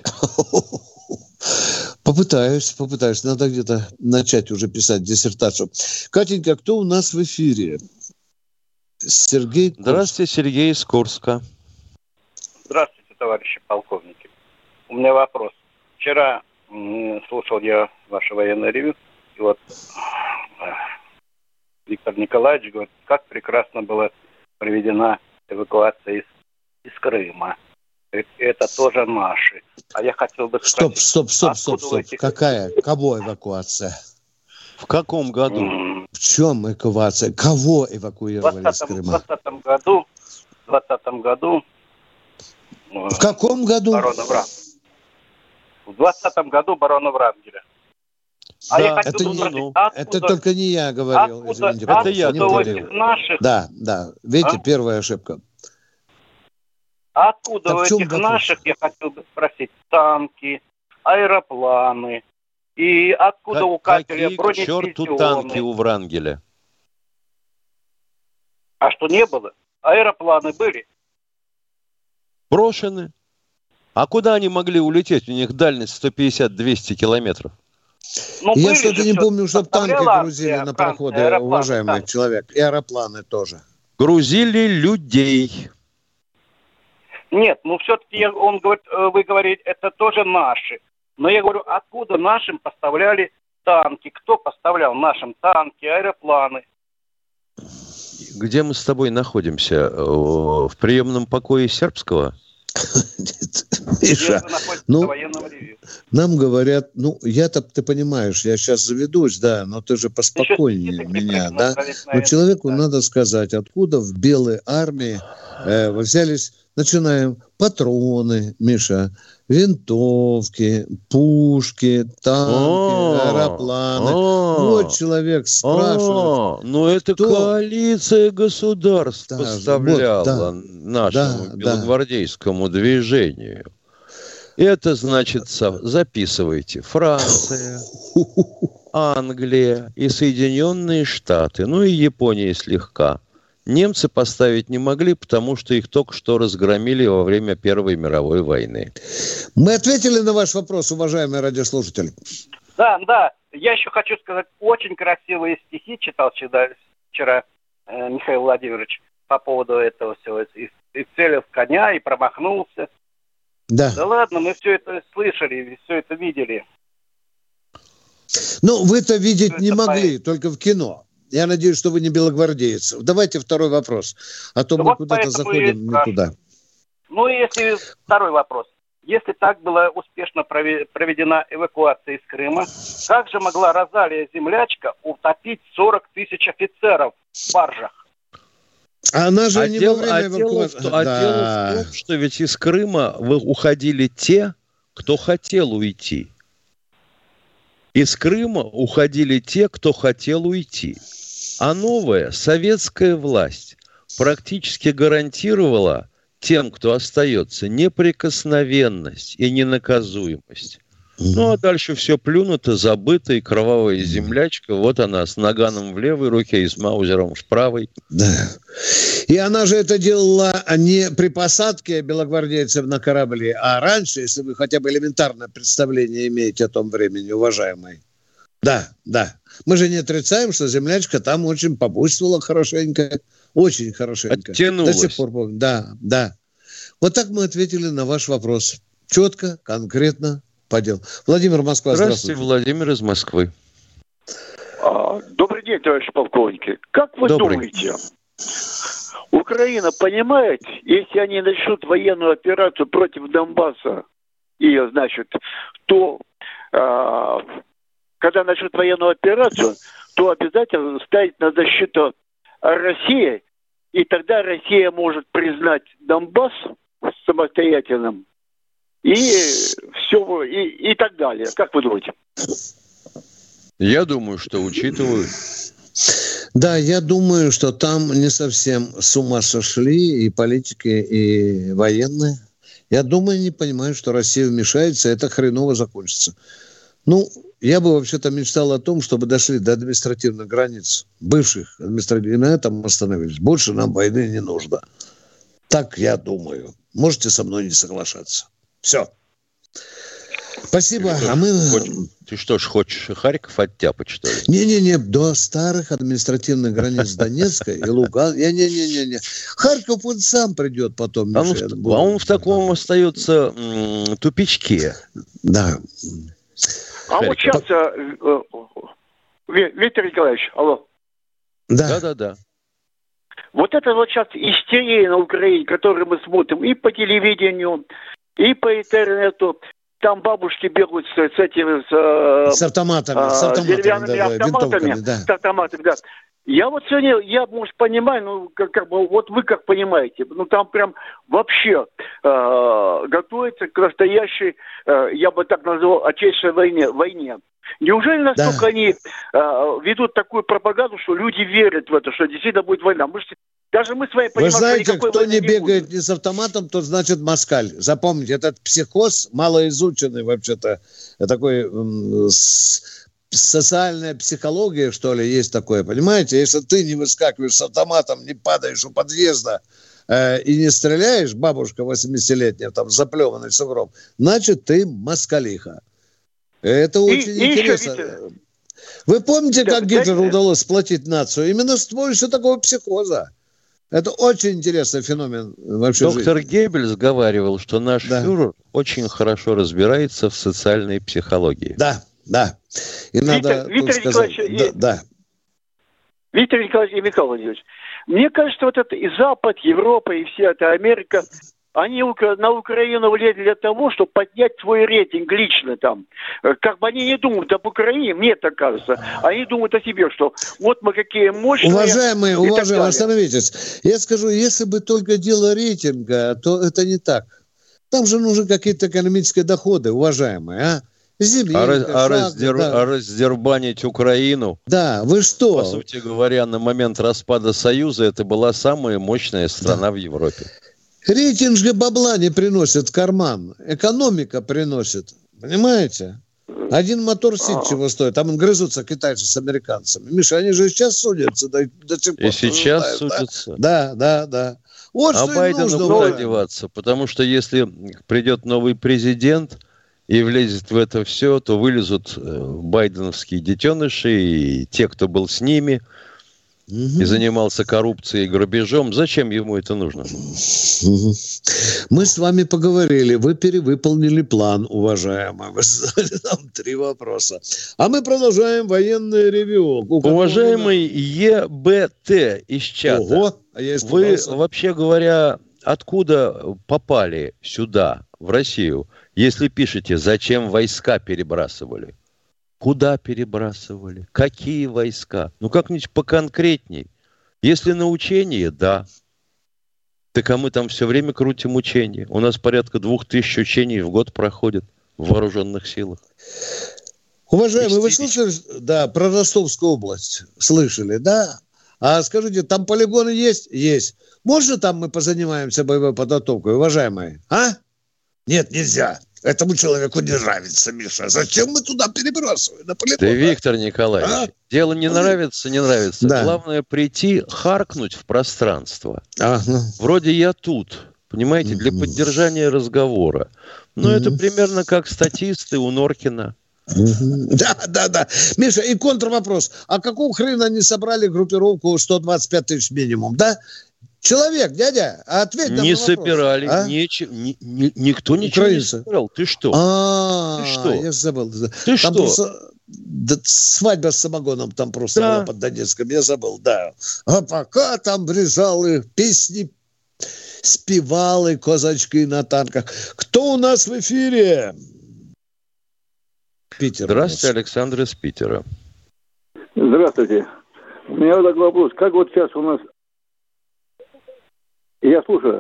Попытаюсь, попытаюсь. Надо где-то начать уже писать диссертацию. Катенька, кто у нас в эфире? Сергей Курск. Здравствуйте, Сергей из Курска. Здравствуйте, товарищи полковники. У меня вопрос. Вчера м- слушал я ваше военное ревью, и вот э, Виктор Николаевич говорит, как прекрасно была проведена эвакуация из, из Крыма. Это тоже наши. А я хотел бы спросить... Стоп, стоп, стоп, стоп, стоп. Этих... Какая? Кого эвакуация? В каком году? Mm. В чем эвакуация? Кого эвакуировали из Крыма? В двадцатом году. В двадцатом году. В каком году? Барона Врангеля. В двадцатом году барона Врангеля. А да, я это, не, спросить, откуда, это только не я говорил. Откуда, извините, это я говорил. Наших... Да, да. Видите, а? первая ошибка. Откуда так у этих вопрос? Наших, я хотел бы спросить, танки, аэропланы, и откуда как, у катеря бронедивизионы? Какие к черту танки у Врангеля? А что, не было? Аэропланы были? Брошены. А куда они могли улететь? У них дальность сто пятьдесят - двести километров. Ну, я что-то не помню, чтобы танки грузили на пароходы, уважаемый да. человек. И аэропланы тоже. Грузили людей. Нет, ну все-таки я, он говорит, э, вы говорите, это тоже наши. Но я говорю, откуда нашим поставляли танки? Кто поставлял нашим танки, аэропланы? Где мы с тобой находимся? В приемном покое сербского? Миша, ну, нам говорят, ну, я-то, ты понимаешь, я сейчас заведусь, да, но ты же поспокойнее меня, да? Но человеку надо сказать, откуда в Белой армии э, взялись, начинаем, патроны, Миша, винтовки, пушки, танки, аэропланы. Вот человек спрашивает. Ну, это коалиция государств поставляла нашему белогвардейскому движению. Это значит, записывайте, Франция, Англия и Соединенные Штаты, ну и Япония слегка. Немцы поставить не могли, потому что их только что разгромили во время Первой мировой войны. Мы ответили на ваш вопрос, уважаемый радиослушатель. Да, да. Я еще хочу сказать, очень красивые стихи читал вчера, вчера э, Михаил Владимирович по поводу этого всего. И, и целил в коня, и промахнулся. Да. Да ладно, мы все это слышали, все это видели. Ну, вы-то видеть все не могли, по... только в кино. Я надеюсь, что вы не белогвардеец. Давайте второй вопрос. А то да мы вот куда-то заходим не туда. Ну, если второй вопрос. Если так была успешно проведена эвакуация из Крыма, как же могла Розалия Землячка утопить сорок тысяч офицеров в баржах? Она же а не дело, во время а эвакуации. Дело, да. А дело в том, что ведь из Крыма уходили те, кто хотел уйти. Из Крыма уходили те, кто хотел уйти. А новая советская власть практически гарантировала тем, кто остается, неприкосновенность и ненаказуемость. Mm-hmm. Ну, а дальше все плюнуто, забыто, и кровавая землячка, вот она с наганом в левой руке и с маузером в правой. Да. И она же это делала не при посадке белогвардейцев на корабли, а раньше, если вы хотя бы элементарное представление имеете о том времени, уважаемый. Да, да. Мы же не отрицаем, что землячка там очень побуйствовала хорошенько, очень хорошенько. Оттянулась. До сих пор помню. Да, да. Вот так мы ответили на ваш вопрос. Четко, конкретно, по делу. Владимир, Москва, здравствуйте. Здравствуйте, Владимир из Москвы. А, добрый день, товарищи полковники. Как вы Добрый. думаете, Украина понимает, если они начнут военную операцию против Донбасса, и, значит, то... А, когда начнут военную операцию, то обязательно ставить на защиту России, и тогда Россия может признать Донбасс самостоятельным, и все, и, и так далее. Как вы думаете? Я думаю, что учитывают. Да, я думаю, что там не совсем с ума сошли и политики, и военные. Я думаю, не понимают, что Россия вмешается, и это хреново закончится. Ну, я бы вообще-то мечтал о том, чтобы дошли до административных границ, бывших административных, и на этом остановились. Больше нам войны не нужно. Так я думаю. Можете со мной не соглашаться. Все. Спасибо. Ты, а мы... хочешь, ты что ж, хочешь Харьков оттяпать, что ли? Не-не-не, до старых административных границ Донецка и Луганска. Не-не-не-не. Харьков он сам придет потом. А он, в, а он в таком остается м- тупичке. Да. А вот сейчас, э, Виктор Николаевич, алло. Да. Да, да, да. Вот это вот сейчас истерия на Украине, которую мы смотрим и по телевидению, и по интернету. Там бабушки бегают с, с этими... С, с автоматами, а, с автоматами, деревянными да, автоматами. Да. С автоматами, да. Я вот сегодня, я, может, понимаю, ну, как, как бы, вот вы как понимаете, ну, там прям вообще э, готовится к настоящей, э, я бы так назвал, отечественной войне. войне. Неужели настолько да. они э, ведут такую пропаганду, что люди верят в это, что действительно будет война? Мы же, даже мы с вами понимаем, вы знаете, что кто не бегает будет. не с автоматом, тот значит москаль. Запомните, этот психоз малоизученный вообще-то, такой м- с- социальная психология, что ли, есть такое, понимаете? Если ты не выскакиваешь с автоматом, не падаешь у подъезда э, и не стреляешь, бабушка восьмидесятилетняя, там, заплеванный сугроб, значит, ты москалиха. Это очень и, интересно. И Вы помните, да, как Гитлеру да, удалось сплотить нацию? Именно с помощью такого психоза. Это очень интересный феномен вообще. Доктор жизни. Геббельс говаривал, что наш да. фюрер очень хорошо разбирается в социальной психологии. Да, да. И Виктор, надо Виктор сказать, Николаевич, да, и... да. Виктор Николаевич и Михаил Владимирович, мне кажется, вот это и Запад, Европа, и вся эта Америка, они на Украину влезли для того, чтобы поднять свой рейтинг лично там. Как бы они не думают об Украине, мне так кажется. Они думают о себе, что вот мы какие мощные. Уважаемые, уважаемые, остановитесь. Я скажу, если бы только дело рейтинга, то это не так. Там же нужны какие-то экономические доходы, уважаемые, а? Земелька, а, шаг, а, раздер, да. а раздербанить Украину, да, вы что? По сути говоря, на момент распада Союза это была самая мощная страна да. в Европе. Рейтинг же бабла не приносит в карман. Экономика приносит. Понимаете? Один мотор сит чего стоит. Там грызутся китайцы с американцами. Миша, они же сейчас судятся до, до сих пор. И сейчас знают, судятся. Да, да, да. Вот а Байдену куда деваться? Потому что если придет новый президент и влезет в это все, то вылезут байденовские детеныши и те, кто был с ними, угу. и занимался коррупцией и грабежом. Зачем ему это нужно? Угу. Мы с вами поговорили. Вы перевыполнили план, уважаемые. Вы задали нам три вопроса. А мы продолжаем военное ревью. Уважаемый Е Б Т из чата. Ого, а я испугался. Вы, вообще говоря, откуда попали сюда, в Россию, если пишете, зачем войска перебрасывали? Куда перебрасывали? Какие войска? Ну, как-нибудь поконкретней. Если на учение, да. Так а мы там все время крутим учения. У нас порядка двух тысяч учений в год проходит в вооруженных силах. Уважаемые, вы слышали, да, про Ростовскую область? Слышали, да? А скажите, там полигоны есть? Есть. Можно там мы позанимаемся боевой подготовкой, уважаемые? А? Нет, нельзя. Этому человеку не нравится, Миша. Зачем мы туда перебрасываем? На полигон? Да, Виктор Николаевич, а? дело не нравится, не нравится. Да. Главное прийти, харкнуть в пространство. Ага. Вроде я тут, понимаете, для поддержания разговора. Но это примерно как статисты у Норкина. Да, да, да. Миша, и контрвопрос. А какого хрена они собрали группировку сто двадцать пять тысяч минимум, да? Человек, дядя, ответь нам не на вопрос. Собирали, а? ничего, ни, ни, никто ничего Украинцы. не собирал. Ты что? А, Ты что? Я забыл. Ты там что? Просто, да, свадьба с самогоном там просто да. была под Донецком, я забыл, да. А пока там брежалы, песни спевалы, козачки на танках. Кто у нас в эфире? Питер. Здравствуйте, Александр из Питера. Здравствуйте. У меня вот такой вопрос. Как вот сейчас у нас... Я слушаю.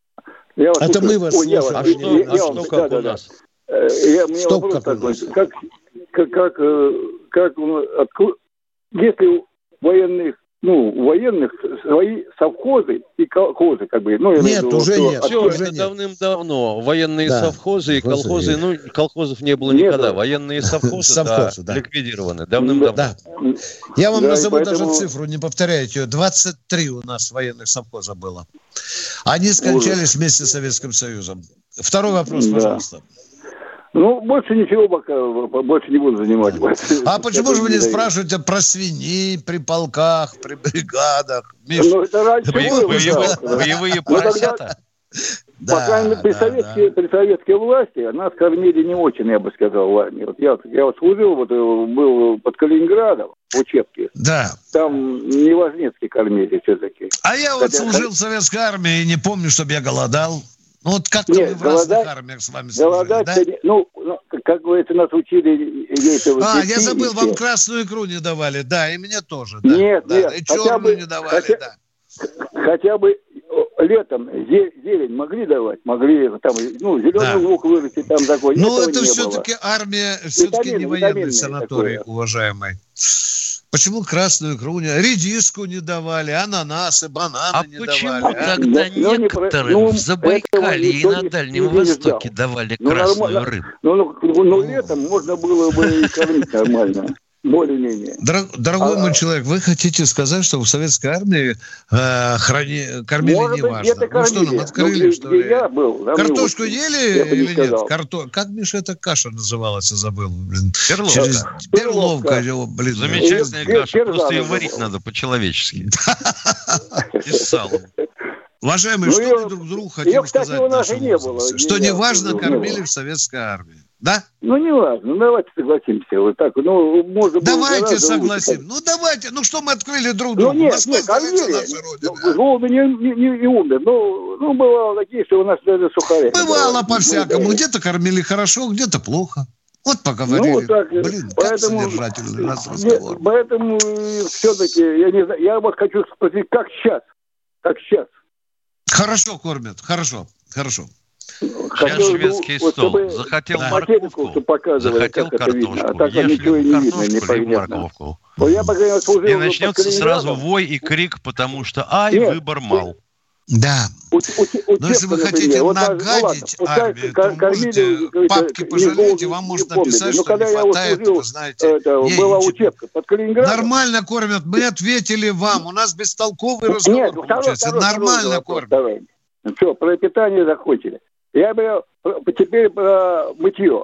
Я вас Это слушаю. мы вас Ой, слушаем. А что, я, а я что вам, как да, у да, нас? Да. Я, у меня Стоп, вопрос как такой. у нас? Как, как, как, как, как если у военных, ну, у военных свои совхозы и колхозы, как бы... Ну, нет, думаю, уже что, нет. Все, уже это нет. давным-давно. Военные да. совхозы и колхозы, ну, колхозов не было Нет, никогда. да. Военные совхозы, совхозы да, да. ликвидированы давным-давно. Да. Я вам да, назову поэтому... даже цифру, не повторяйте ее. двадцать три у нас военных совхоза было. Они скончались вместе с Советским Союзом. Второй вопрос, да. пожалуйста. Ну, больше ничего пока, больше не буду занимать. А почему же вы не спрашиваете про свиней при полках, при бригадах? Миш, ну, это раньше боевые, было, боевые, да. боевые поросята? Да, Пока при, да, советские, да. при советской власти нас кормили не очень, я бы сказал, в армии. Вот я, я вот служил, вот, был под Калининградом в учебке. Да. Там не Важнецкий кормили все-таки. А я вот Хотя, служил в советской армии и не помню, чтобы я голодал. Ну вот как-то Нет, мы в голодать, разных армиях с вами служили, голодать, да? Ну, ну, как говорится, нас учили... А, я забыл, вам красную икру не давали, да, и мне тоже. Да, нет, да, нет. И черную бы, не давали, хотя, да. Хотя бы летом зелень могли давать, могли там, ну, зеленый да. лук вырастить, там такой. Но это все-таки было. Армия, все-таки Витамин, не военный такое. санаторий, уважаемый. Почему красную икру не редиску не давали, ананасы, бананы а не почему давали? А почему тогда ну, некоторым ну, в Забайкалье и на Дальнем не Востоке давали ну, красную рыбу? Ну, ну, ну, ну, летом можно было бы и кормить нормально. Более-менее. Дорог, дорогой а, мой человек, вы хотите сказать, что в советской армии э, храни, кормили неважно? Ну что, нам открыли, ну, что ли? Я был, Картошку не ели или не нет? Карто... Как, Миша, эта каша называлась, я забыл. Блин. Перловка. Через... Перловка. Блин. Замечательная каша, просто ее варить надо по-человечески. и с салом. Уважаемые, Ну, что ее- мы друг другу хотим ее, кстати, сказать у нас нашему и не было. возрасту? Не Что было. неважно, Не кормили было. в советской армии. Да? Ну, не важно. Ну, давайте согласимся. Вот так. Ну, можно было Давайте гораздо согласим. лучше. Ну, давайте. Ну, что мы открыли друг Ну, другу? нет, Москва нет, столица кормили. нашей Родины. Ну, голодный не, не, не, не умер. Ну, ну, бывало такие, что у нас даже сухари. Бывало Ну, по-всякому. да. Где-то кормили хорошо, где-то плохо. Вот поговорили. Ну, вот так. Блин, Поэтому- как содержательный раз Нет, разговор. поэтому все-таки, я не знаю, я вот хочу спросить, как сейчас? Как сейчас? Хорошо кормят. Хорошо. Хорошо. Сейчас Хотелось бы, шведский вот, стол. чтобы Захотел Да. морковку, чтобы показывали, захотел как это видно. А картошку. так Ешь ничего и либо не видно, картошку, либо непонятно. морковку. Вот я, по крайней мере, служил И под начнется Калининградом. сразу вой и крик, потому что ай, Нет. выбор мал. Да. У- у- у Но если вы Чехова, хотите например, вот даже- ну нагадить ладно, пускай армии, кор- то кормили, можете говорится, папки не пожалеть, голодные, и вам не можно помните. написать, Но что когда не я вот хватает, служил, вы знаете. это, ей была ничего. учебка под Калининградом. Нормально кормят. Мы ответили вам. У нас бестолковый Нет, разговор второй, получается. второй, Нормально второй вопрос, кормят. давай. Ну что, про питание закончили. Я бы про- теперь про мытье.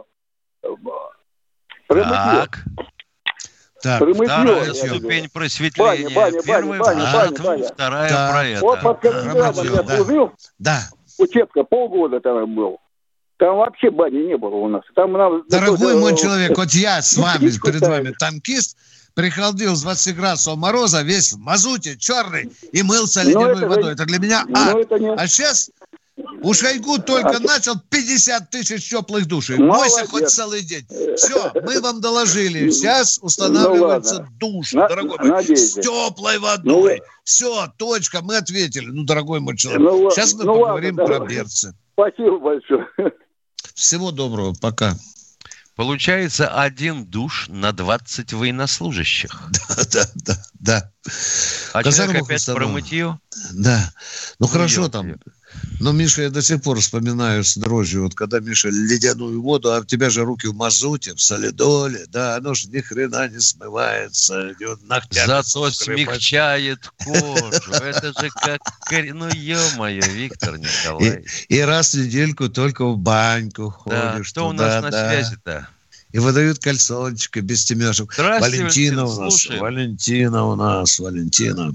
Про мытье. Так, Так, Про мытье, вторая я ступень говорю. просветления. Баня, баня, Первая баня, про баня, жатву, баня. вторая Да. про Вот это. под Калининградом я да. служил, Да. учебка, полгода там был. Там вообще бани не было у нас. Там нам, Дорогой ну, мой э, человек, вот я с вами, птичку перед ставили. вами танкист, приходил с двадцати градусов мороза, весь в мазуте, черный, и мылся Ну, ледяной это водой. же- Это для меня ну, ад. это не- А сейчас у Шойгу только А- начал пятьдесят тысяч теплых душей. Молодец. Бойся хоть целый день. Все, мы вам доложили. Сейчас устанавливается Ну, ладно. душ, На- дорогой мой, надеюсь. с теплой водой. Ну, Все, точка, мы ответили. Ну, дорогой мой человек, Ну, ла- сейчас мы ну, поговорим ладно, про давай. берцы. Спасибо большое. Всего доброго, пока. Получается один душ на двадцать военнослужащих. Да, да, да, да. А человек Казармах опять про установлен. мытье? Да. Ну, хорошо ёлки. там. Но, Миша, я до сих пор вспоминаю с дрожью, вот когда, Миша, ледяную воду, а у тебя же руки в мазуте, в солидоле, да, оно же ни хрена не смывается. идет ногтями Зато скрипать. смягчает кожу. Это же как... кор- Ну, ё-моё, Виктор Николаевич. И раз в недельку только в баньку Да, ходишь. что у туда, нас на да. связи-то? И выдают кальсончика без темешек. Здравствуйте, Валентина Валентин, у нас. слушаем. Валентина у нас. Валентина.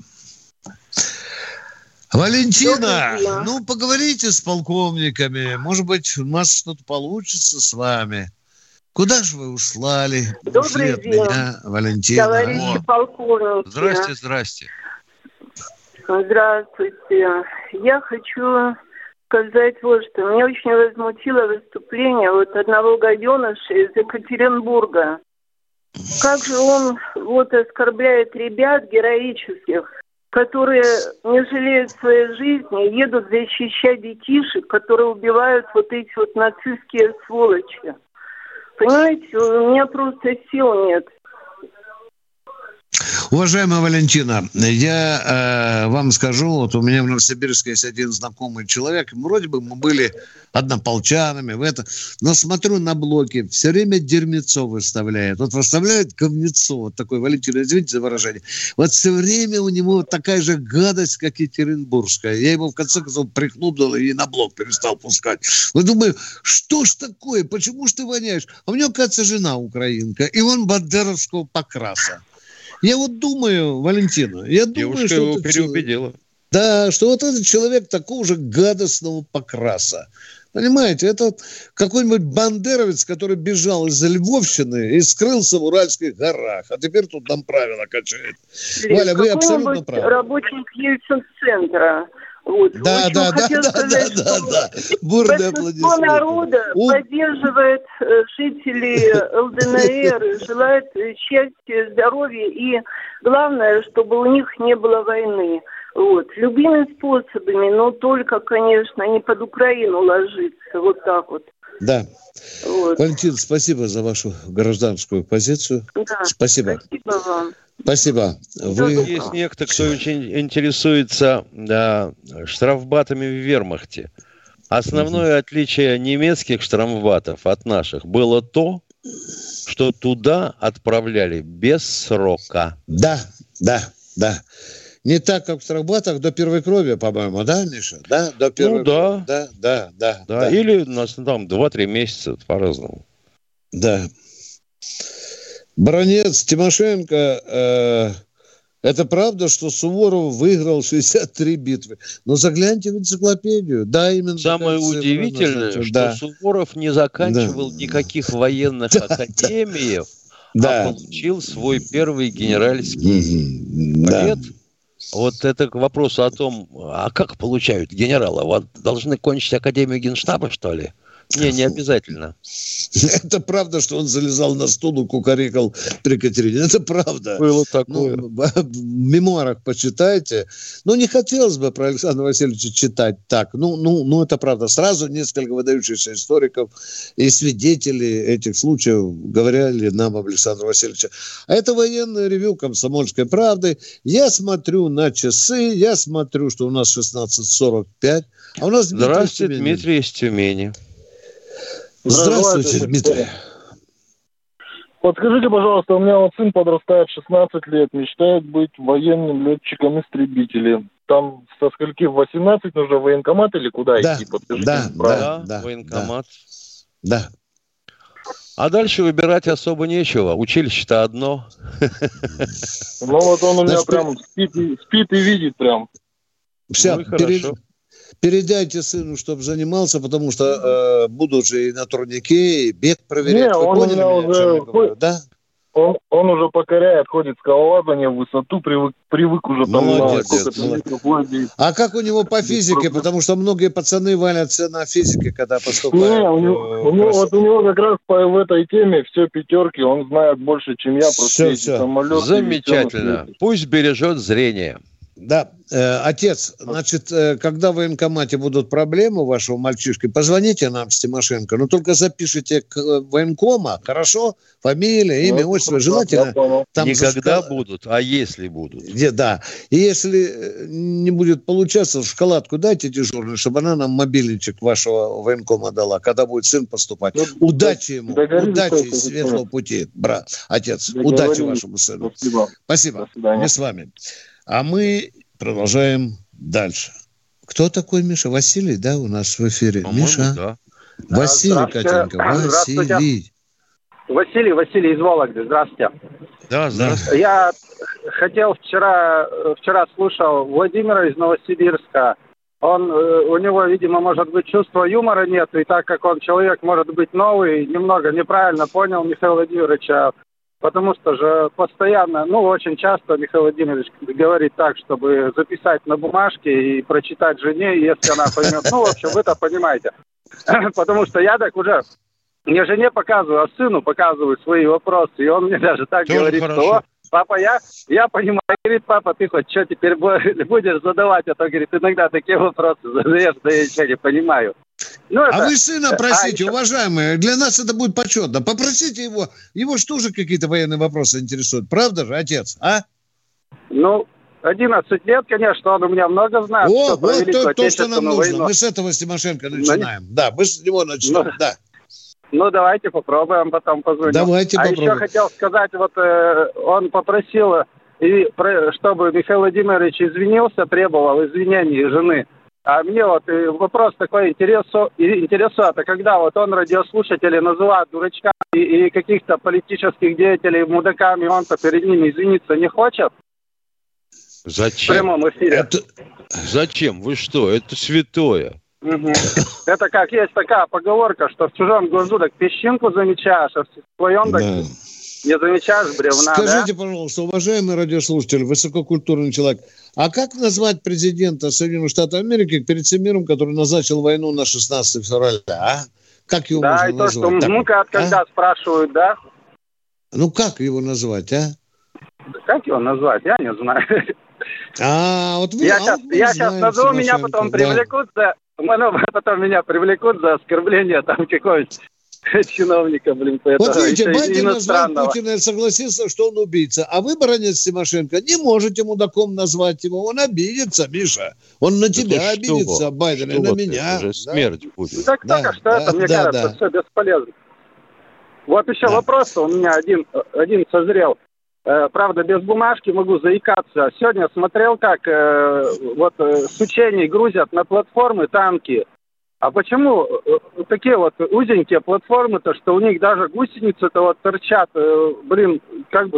Валентина, Добрый день. ну, поговорите с полковниками. Может быть, у нас что-то получится с вами. Куда же вы услали? Добрый Ушли от день, меня, Валентина. товарищи О. полковники. Здрасте, здрасте. Здравствуйте. Я хочу сказать вот что. Меня очень возмутило выступление вот одного гаденыша из Екатеринбурга. Как же он вот оскорбляет ребят героических, которые не жалеют своей жизни, едут защищать детишек, которые убивают вот эти вот нацистские сволочи. Понимаете, у меня просто сил нет. Уважаемая Валентина, я э, вам скажу, вот у меня в Новосибирске есть один знакомый человек, вроде бы мы были однополчанами в это, но смотрю на блоки, все время дерьмецо выставляет. Вот выставляет говнецо, вот такой, Валентина, извините за выражение. Вот все время у него вот такая же гадость, как екатеринбургская. Я его в конце концов прихлопнул и на блок перестал пускать. Вот думаю, что ж такое, почему ж ты воняешь? А у него, кажется, жена украинка, и он бандеровского покраса. Я вот думаю, Валентина, я думаю, Девушка что его этот переубедила. человек- Да, что вот этот человек такого же гадостного покраса. Понимаете, это вот какой-нибудь бандеровец, который бежал из Львовщины и скрылся в Уральских горах, а теперь тут нам правила качает. Валя, вы абсолютно Какой-нибудь правы. работник Ельцин-центра. Вот. Да, В общем, да, да, хотела да, сказать, да, да, что да. Бурные большинство аплодисменты. народа У- поддерживает э, жителей ЛДНР, и желает э, счастья, здоровья и главное, чтобы у них не было войны. Вот. Любыми способами, но только, конечно, не под Украину ложиться. Вот так вот. Да. Вот. Валентин, спасибо за вашу гражданскую позицию. Да. Спасибо. Спасибо вам. Спасибо. Вы... Есть некто, кто очень интересуется да, штрафбатами в вермахте. Основное отличие немецких штрафбатов от наших было то, что туда отправляли без срока. Да, да, да. Не так, как в штрафбатах до первой крови, по-моему, да, Миша? Да, до первой Ну да. крови. Да, да, да, Да, да. или у нас там два-три месяца, по-разному. Да. Бронец, Тимошенко, э, Это правда, что Суворов выиграл шестьдесят три битвы. Но загляньте в энциклопедию. Да, именно. Самое удивительное, что да. Суворов не заканчивал да. никаких военных академий, да. а получил свой первый генеральский бред. Да. Вот это к вопросу о том, а как получают генерала? Вот должны кончить Академию Генштаба, что ли? Не, не обязательно. Это правда, что он залезал на стул и кукарекал при Катерине. Это правда. Было такое. Ну, в мемуарах почитайте. Ну, не хотелось бы про Александра Васильевича читать так. Ну, ну, ну, это правда. Сразу несколько выдающихся историков и свидетелей этих случаев говорили нам об Александре Васильевиче. А это военное ревью «Комсомольской правды». Я смотрю на часы, я смотрю, что у нас шестнадцать сорок пять. А у нас Дмитрий Здравствуйте, Дмитрий из Тюмени. Здравствуйте, Дмитрий. Вот скажите, пожалуйста, у меня вот сын подрастает, шестнадцать лет, мечтает быть военным летчиком-истребителем. Там со скольки в восемнадцать нужно в военкомат или куда да, идти? Подскажите, да, да, да, военкомат. Да. А дальше выбирать особо нечего. Училище-то одно. Ну вот он у меня прям спит и видит прям. Все, хорошо. Передайте сыну, чтобы занимался, потому что э, будут же и на турнике, и бег проверять. Не, Вы он поняли меня, уже говорю, да? Он, он уже покоряет, ходит скалолазание в высоту, привык, привык уже там. Молодец, молодец. А как у него по физике? Потому что многие пацаны валятся на физике, когда поступают. Не, у него, у него, вот у него как раз по, в этой теме все пятерки, он знает больше, чем я. Все, все. Замечательно. Пусть бережет зрение. Да, э, отец, значит, э, когда в военкомате будут проблемы у вашего мальчишки, позвоните нам с Тимошенко, но только запишите к э, военкома, хорошо? Фамилия, имя, ну, отчество, желательно. Там Никогда зашкал... будут, а если будут? Где, да. И если не будет получаться, в шоколадку дайте дежурную, чтобы она нам мобильничек вашего военкома дала, когда будет сын поступать. Ну, удачи ему, удачи и светлого пути, брат, отец. Удачи вашему сыну. Спасибо. Спасибо. Мы с вами. А мы продолжаем дальше. Кто такой Миша? Василий, да, у нас в эфире? По-моему, Миша? Да. Василий, Катенька, Василий. Василий, Василий из Вологды, здравствуйте. Да, здравствуйте. Я хотел вчера, вчера слушал Владимира из Новосибирска. Он, у него, видимо, может быть, чувства юмора нет, и так как он человек, может быть, новый, немного неправильно понял Михаила Владимировича. Потому что же постоянно, ну, очень часто Михаил Владимирович говорит так, чтобы записать на бумажке и прочитать жене, если она поймет. Ну, в общем, вы это понимаете. Потому что я так уже не жене показываю, а сыну показываю свои вопросы. И он мне даже так Тоже говорит, хорошо. что папа, я, я понимаю. Говорит, папа, ты хоть что теперь будешь задавать? А то, говорит, иногда такие вопросы задаешь, да я ничего не понимаю. Ну, это... А вы сына просите, а, уважаемые, для нас это будет почетно. Попросите его, его же тоже какие-то военные вопросы интересуют. Правда же, отец, а? Ну, одиннадцать лет, конечно, он у меня много знает. О, вот то, то, что нам нужно. Войну. Мы с этого с Тимошенко начинаем. Ну, да, мы с него начнем, ну, да. Ну, давайте попробуем, потом позвоним. Давайте а попробуем. А еще хотел сказать, вот э, он попросил, и, про, чтобы Михаил Владимирович извинился, требовал извинений жены. А мне вот вопрос такой интересу, интересует, а когда вот он радиослушателей называет дурачками и, и каких-то политических деятелей мудаками, он-то перед ними извиниться не хочет? Зачем? В прямом эфире. Это... Зачем? Вы что? Это святое. Угу. Это как есть такая поговорка, что в чужом глазу так песчинку замечаешь, а в своем так... Да. Не замечаешь бревна, Скажите, да? пожалуйста, уважаемый радиослушатель, высококультурный человек, а как назвать президента Соединенных Штатов Америки перед всем миром, который назначил войну на шестнадцатое февраля, а? Как его да, можно и то, назвать? Да, что ну-ка, от когда а? спрашивают, да? Ну, как его назвать, а? Как его назвать, я не знаю. А, вот вы, я а сейчас, вот я сейчас назову, меня потом да. привлекут за... Потом меня привлекут за оскорбление там какой-нибудь чиновника, блин, вот видите, Байден назвал Путина и согласился, что он убийца. А вы, баронец Тимошенко, не можете мудаком назвать его. Он обидится, Миша. Он на да тебя обидится, что? Байден, что и на меня. Это же смерть да? будет. Так да, только что да, это, мне да, кажется, да. все бесполезно. Вот еще да. вопрос у меня один, один созрел. Э, правда, без бумажки могу заикаться. Сегодня смотрел, как э, вот э, с учений грузят на платформы танки. А почему такие вот узенькие платформы-то, что у них даже гусеницы-то вот торчат, блин, как бы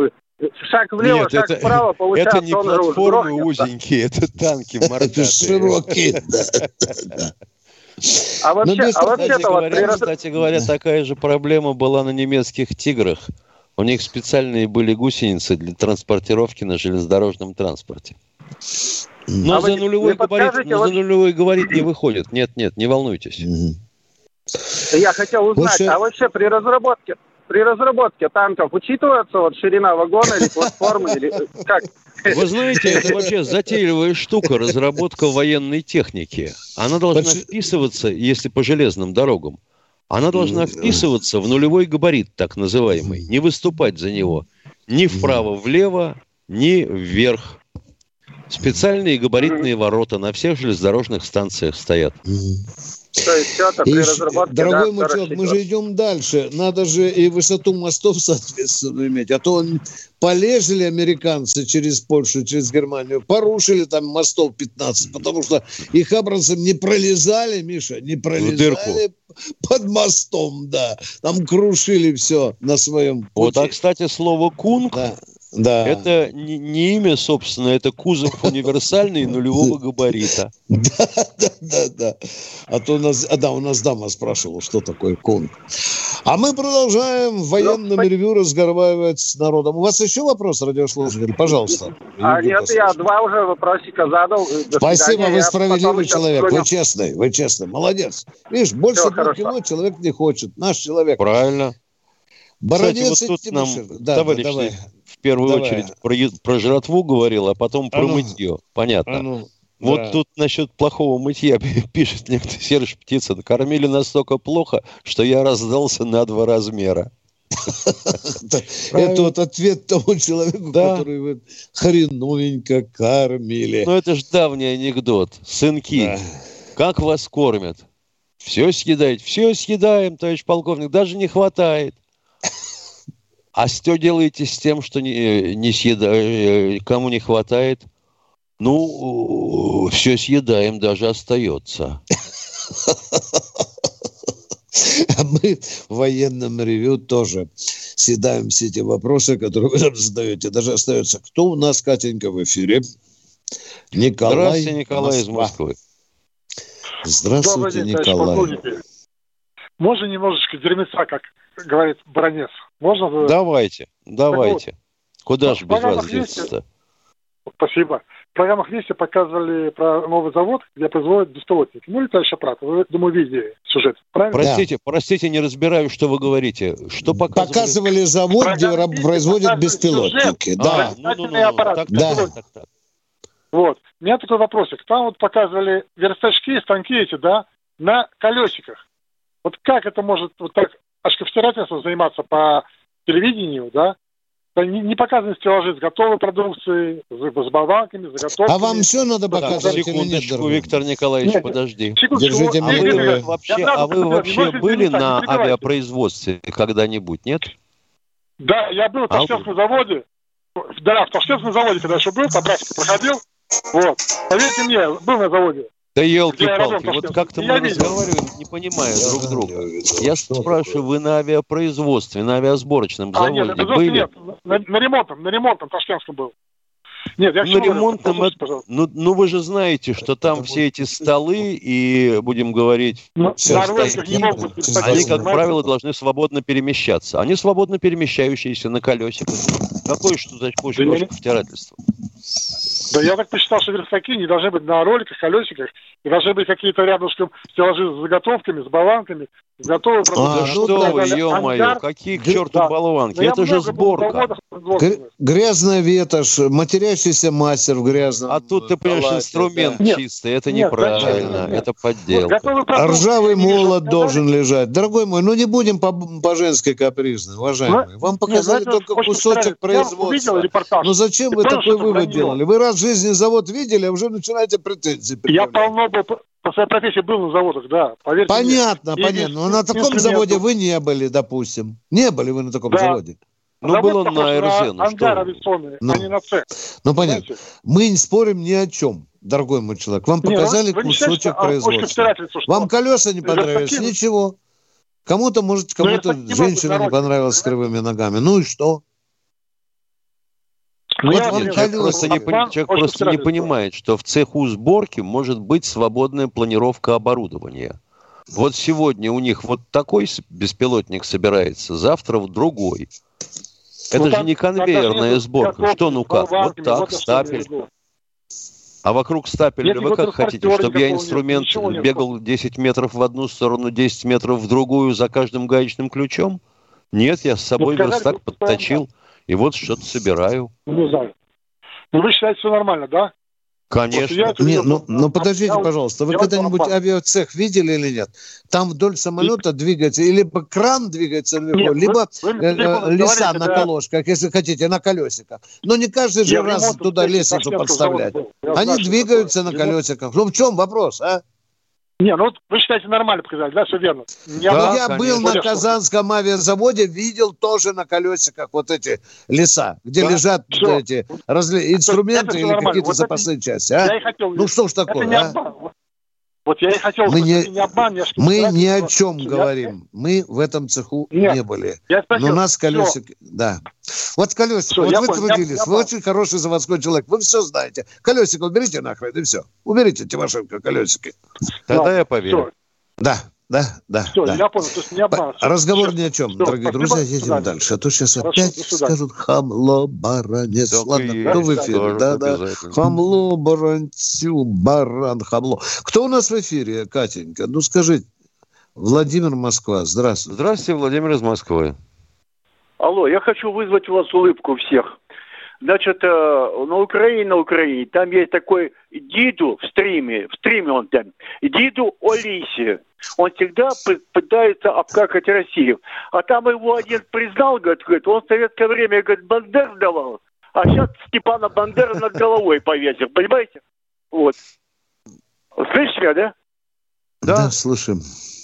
шаг влево, Нет, шаг это, вправо, получается, это не он платформы грохнется. узенькие, это танки мордатые. Это широкие, да. А вообще, Ну, а вообще-то кстати, вот говоря, при раз- кстати говоря, такая же проблема была на немецких «Тиграх». У них специальные были гусеницы для транспортировки на железнодорожном транспорте. Но А за вы нулевой не габарит, подскажете, но вот- за нулевой габарит не выходит. Нет, нет, не волнуйтесь. Я хотел узнать, Вообще- а вообще при разработке при разработке танков учитывается вот ширина вагона или платформы, или как? Вы знаете, это вообще затейливая штука, разработка военной техники. Она должна вписываться, если по железным дорогам, она должна вписываться в нулевой габарит, так называемый, не выступать за него ни вправо-влево, ни вверх. Специальные габаритные ворота на всех железнодорожных станциях стоят. То есть это при И, разработке, дорогой да, мой человек, мы же идем дальше. Надо же и высоту мостов, соответственно, иметь. А то он, полезли американцы через Польшу, через Германию, порушили там мостов пятнадцать, потому что их образом не пролезали, Миша, не пролезали под мостом, да. Там крушили все на своем пути. Вот, а, кстати, слово «кунг» да, да. это не, не имя, собственно, это кузов универсальный нулевого габарита. Да, да, да, да. А то у нас, а, да, у нас дама спрашивала, что такое конг. А мы продолжаем в военном ревью разговаривать с народом. У вас еще вопрос, радиослушатель? Пожалуйста. А нет, я два уже вопросика задал. До Спасибо, свидания. вы Я справедливый потом человек, сейчас вы честный, вы честный, молодец. Видишь, больше Всё, двух хорошо. кило человек не хочет, наш человек. Правильно. Бородец Кстати, вот и тут нам Тимошенко. Да, товарищ да, давай. в первую Давай. очередь про, е- про жратву говорил, а потом про А ну. мытье. Понятно. А ну, Вот да. тут насчет плохого мытья пишет некто Серж Птица. Кормили настолько плохо, что я раздался на два размера. Это вот ответ тому человеку, Да. который вы хреновенько кормили. Ну, это ж давний анекдот. Сынки, Да. как вас кормят? Все съедаете? Все съедаем, товарищ полковник, даже не хватает. А что делаете с тем, что не, не съеда... кому не хватает? Ну, все съедаем, даже остается. А мы в военном ревью тоже съедаем все эти вопросы, которые вы нам задаете. Даже остается. Кто у нас, Катенька, в эфире? Николай. Здравствуйте, Николай из Москва. Москвы. Здравствуйте, Добрый день, Николай. товарищ полковник. Можно немножечко дерьмеца, как говорит Баранец? Можно? Давайте, давайте. Куда же без вас программах есть- деться-то? Спасибо. В программах «Вести» показывали про новый завод, где производят беспилотники. Ну, летающий аппарат. Вы, думаю, видели сюжет. Правильно? Простите, простите, не разбираю, что вы говорите. Что показывали? Показывали завод, где раб- производят беспилотники. Да. А, ну, ну, ну, Летательный аппарат. так, Да. так, так, так. Вот. У меня такой вопросик. Там вот показывали верстачки, станки эти, да, на колесиках. Вот как это может вот так ашковтирательством заниматься по телевидению, да? Да Не, не показаны стеллажи с готовой продукцией, с, с болванками, с заготовками. А вам все надо Так, показывать или нет, секундочку, дорогой? Виктор Николаевич, Нет, подожди. секундочку, Держите вот, А меня. Игорь вы Николаевич, вообще, я а вы сразу вообще немножко были извините, на не перебивайте. авиапроизводстве когда-нибудь, нет? Да, я был в А Ташкентском заводе. Да, в Ташкентском заводе, когда еще был, по практике проходил. Вот. Поверьте мне, был на заводе. Да Где я елки-палки, работал, вот что- как-то я мы видел. разговариваем, не понимая друг друга. Что Я спрашиваю, вы на авиапроизводстве, на авиасборочном А, нет, заводе это были? нет, на, на ремонтном, на ремонтном Ташкентском был. Нет, я к На чему говорю? ремонтном, Послушайте, это- пожалуйста. ну, ну вы же знаете, что там все эти столы и, будем говорить, Ну, Всё, на роликах стоит. не могут быть такие, они, как понимаете? правило, должны свободно перемещаться. Они свободно перемещающиеся на колесиках. Какое что за Да я- втирательство? Да я так посчитал, что верстаки не должны быть на роликах, колесиках, и должны быть какие-то рядышком стеллажи с заготовками, с болванками, с готовой А, Да продукцией. ну что да, вы, да, ё-моё, ангар. какие к Г- черту да. болванки? Но я Это же много был на сборка. заводах Гр- производственных. Грязная ветошь, матерящийся мастер в грязном А тут ты понимаешь, халате, инструмент да. Нет. чистый, это Нет, неправильно, зачем? Нет. это Вот подделка. готовую А продукцию ржавый они же молот показали. должен лежать. Дорогой мой, ну не будем по- по-женски капризны, уважаемые. Вам Нет, показали ну это только очень кусочек странно. Я увидел производства. репортаж. Ну зачем И вы понял, такой что это вывод вранье. делали? Вы раз в жизни завод видели, а уже начинаете претензии Я предъявлять. полно был, по по своей профессии был на заводах, да, поверьте мне. Понятно, И понятно. Но на инструментов. таком заводе вы не были, допустим. Не были вы на таком Да. заводе. Ну, Завод был он похож на эр зэ, ну ангар что? авиационный, Ну. а не на цех. Ну понятно. Понимаете? Мы не спорим ни о чем, дорогой мой человек. Вам Не, показали вы не считаете, кусочек что, а, производства. Ошковтирательство, что Вам колеса не верстаки- понравились? Ничего. Кому-то, может, Ну, кому-то верстаки не могут женщина не народить, понравилась с кривыми ногами. Ну и что? Вот нет, человек просто, не, человек просто не понимает, что в цеху сборки может быть свободная планировка оборудования. Вот сегодня у них вот такой беспилотник собирается, завтра в другой. Это ну, же там, не конвейерная сборка. Что, ну как? Вот так, стапель. А вокруг стапеля вы как хотите, чтобы я инструмент бегал десять метров в одну сторону, десять метров в другую за каждым гаечным ключом? Нет, я с собой ну, верстак подточил, и вот что-то собираю. Ну, знаю. Ну, вы считаете, все нормально, да? Конечно. Вот нет, ну, ну подождите, пожалуйста, вы когда-нибудь авиацех видели или нет? Там вдоль самолета двигается, или либо кран двигается наверху, либо вы, вы, э, леса на да. колошках, если хотите, на колесиках. Но не каждый же Я раз туда лестницу подставлять. Они двигаются на колесиках. Ну в чем вопрос, а? Не, ну вот вы считаете, нормально показали, да, все верно. Я, да, я был на Казанском авиазаводе, видел тоже на колесиках вот эти леса, где да? лежат все. эти разли... инструменты или какие-то вот запасные это... части. А? Хотел... Ну что ж такое, а? Вот я и хотел, мы не, не обман, я мы ни о чем я... говорим. Мы в этом цеху Нет. не были. Я спросил, но у нас колесики... Да. Вот колесико, вот вы понял, трудились, я, я вы очень хороший заводской человек, вы все знаете. Колесико уберите нахрен, и все. Уберите, Тимошенко, колесики. Тогда да. я поверю. Все. Да. Да, да, все, да. я понял, то есть не обман. Разговор все. ни о чем, все. дорогие Спасибо. друзья, едем Сюда. дальше. А то сейчас Хорошо, опять скажут хамло, баранец. Так Ладно, кто в эфире? Да, да. Хамло, баранцю, баран, хамло. Кто у нас в эфире, Катенька? Ну, скажите. Владимир, Москва. Здравствуйте. Здравствуйте, Владимир из Москвы. Алло, я хочу вызвать у вас улыбку всех. Значит, на Украине, на Украине, там есть такой Диду в стриме, в стриме он там, Диду Олиси. Он всегда пытается обкакать Россию. А там его один признал, говорит, говорит он в советское время, говорит, Бандер давал, а сейчас Степана Бандера над головой повесил, понимаете? Вот. Слышишь меня, да? Да, да слышим.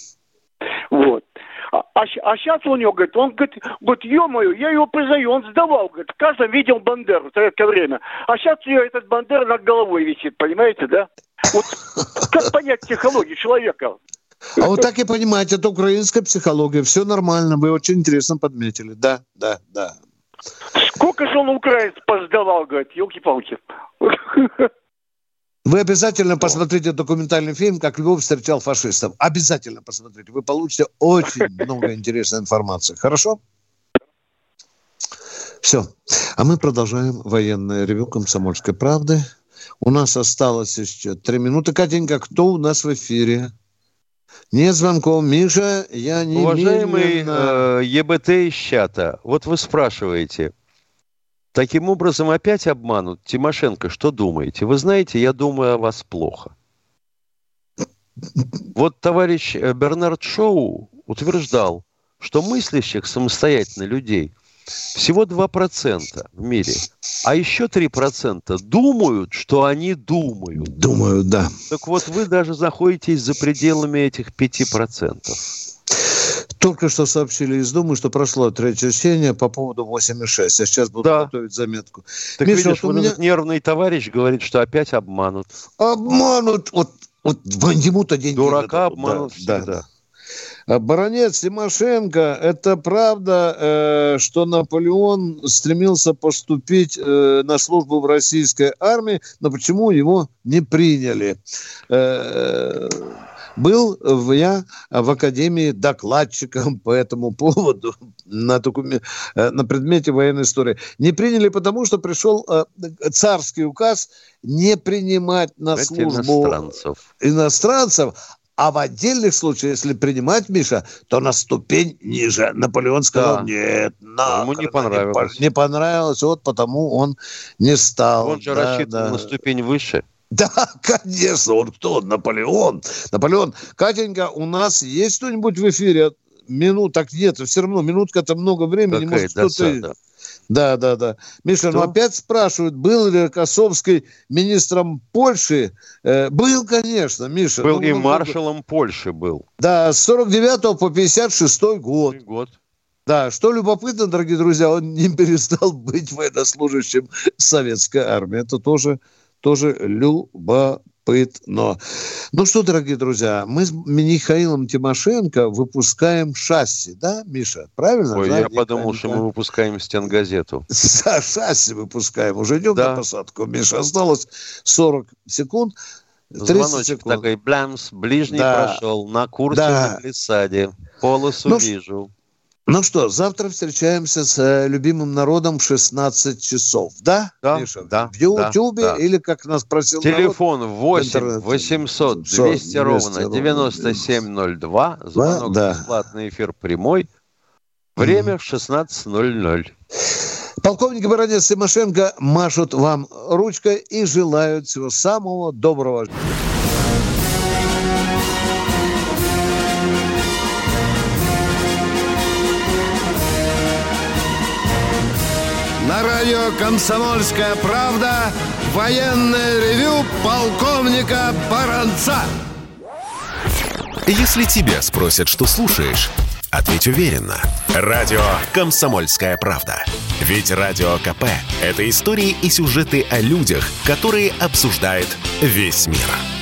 Вот. А, а, а сейчас у него, говорит, он говорит, говорит, ё-моё, я его признаю, он сдавал, говорит, в каждом видел Бандеру в советское время. А сейчас ее этот Бандера над головой висит, понимаете, да? Вот как понять психологию человека? А вот так и понимаете, это украинская психология, все нормально, вы очень интересно подметили, да, да, да. Сколько же он украинцев поздавал, говорит, елки-палки. Вы обязательно посмотрите документальный фильм «Как Львов встречал фашистов». Обязательно посмотрите. Вы получите очень много интересной информации. Хорошо? Все. А мы продолжаем военное ревю «Комсомольской правды». У нас осталось еще три минуты. Катенька, кто у нас в эфире? Нет звонков. Миша, я не Уважаемый э, ЕБТ из чата, вот вы спрашиваете, таким образом опять обманут. Тимошенко, что думаете? Вы знаете, я думаю о вас плохо. Вот товарищ Бернард Шоу утверждал, что мыслящих самостоятельно людей всего два процента в мире, а еще три процента думают, что они думают. Думают, да. Так вот, вы даже находитесь за пределами этих пяти процентов. Только что сообщили из Думы, что прошло третье чтение по поводу восемь и шесть. Я сейчас буду да. готовить заметку. Так Миша, видишь, вот, вот меня... этот нервный товарищ говорит, что опять обманут. Обманут! Вот, вот ему-то деньги... Дурака обманут да, всегда. Да. Баронец Тимошенко, это правда, э, что Наполеон стремился поступить э, на службу в российской армии, но почему его не приняли? Э, Был я в Академии докладчиком по этому поводу на, докумен... на предмете военной истории. Не приняли, потому что пришел царский указ не принимать на это службу иностранцев. иностранцев, а в отдельных случаях, если принимать, Миша, то на ступень ниже. Наполеон сказал, да. нет, на, ему не понравилось. Не, не понравилось, вот потому он не стал. Он же да, рассчитывал да. на ступень выше. Да, конечно, он кто? Наполеон. Наполеон. Катенька, у нас есть кто-нибудь в эфире? Минут, так нет, все равно минутка-то много времени. Какая может, кто-то... Да, да, да. Миша, Кто? ну опять спрашивают, был ли Рокоссовский министром Польши? Э, был, конечно, Миша. Был ну, и ну, маршалом ну, Польши был. Да, с сорок девятого по пятьдесят шестой год. год. Да, что любопытно, дорогие друзья, он не перестал быть военнослужащим советской армии. Это тоже, тоже любопытно. любопытно. Ну что, дорогие друзья, мы с Михаилом Тимошенко выпускаем шасси, да, Миша? Правильно? Ой, да, я подумал, что мы выпускаем стенгазету. Шасси выпускаем. Уже идем да. на посадку. Миша, осталось сорок секунд. Звоночек секунд. Такой, блямс, ближний да. прошел, на курсе да. на глиссаде, полосу ну, вижу. Ну что, завтра встречаемся с э, любимым народом в шестнадцать часов, да, да Миша? Да, в Ютьюбе да, или, как нас просил телефон народ, восемь восемьсот двести ровно девяносто семь ноль два, звонок да. бесплатный, эфир прямой, время в шестнадцать ноль ноль. Полковник Баранец, Тимошенко машут вам ручкой и желают всего самого доброго. На радио «Комсомольская правда» военное ревю полковника Баранца. Если тебя спросят, что слушаешь, ответь уверенно. Радио «Комсомольская правда». Ведь Радио КП – это истории и сюжеты о людях, которые обсуждает весь мир.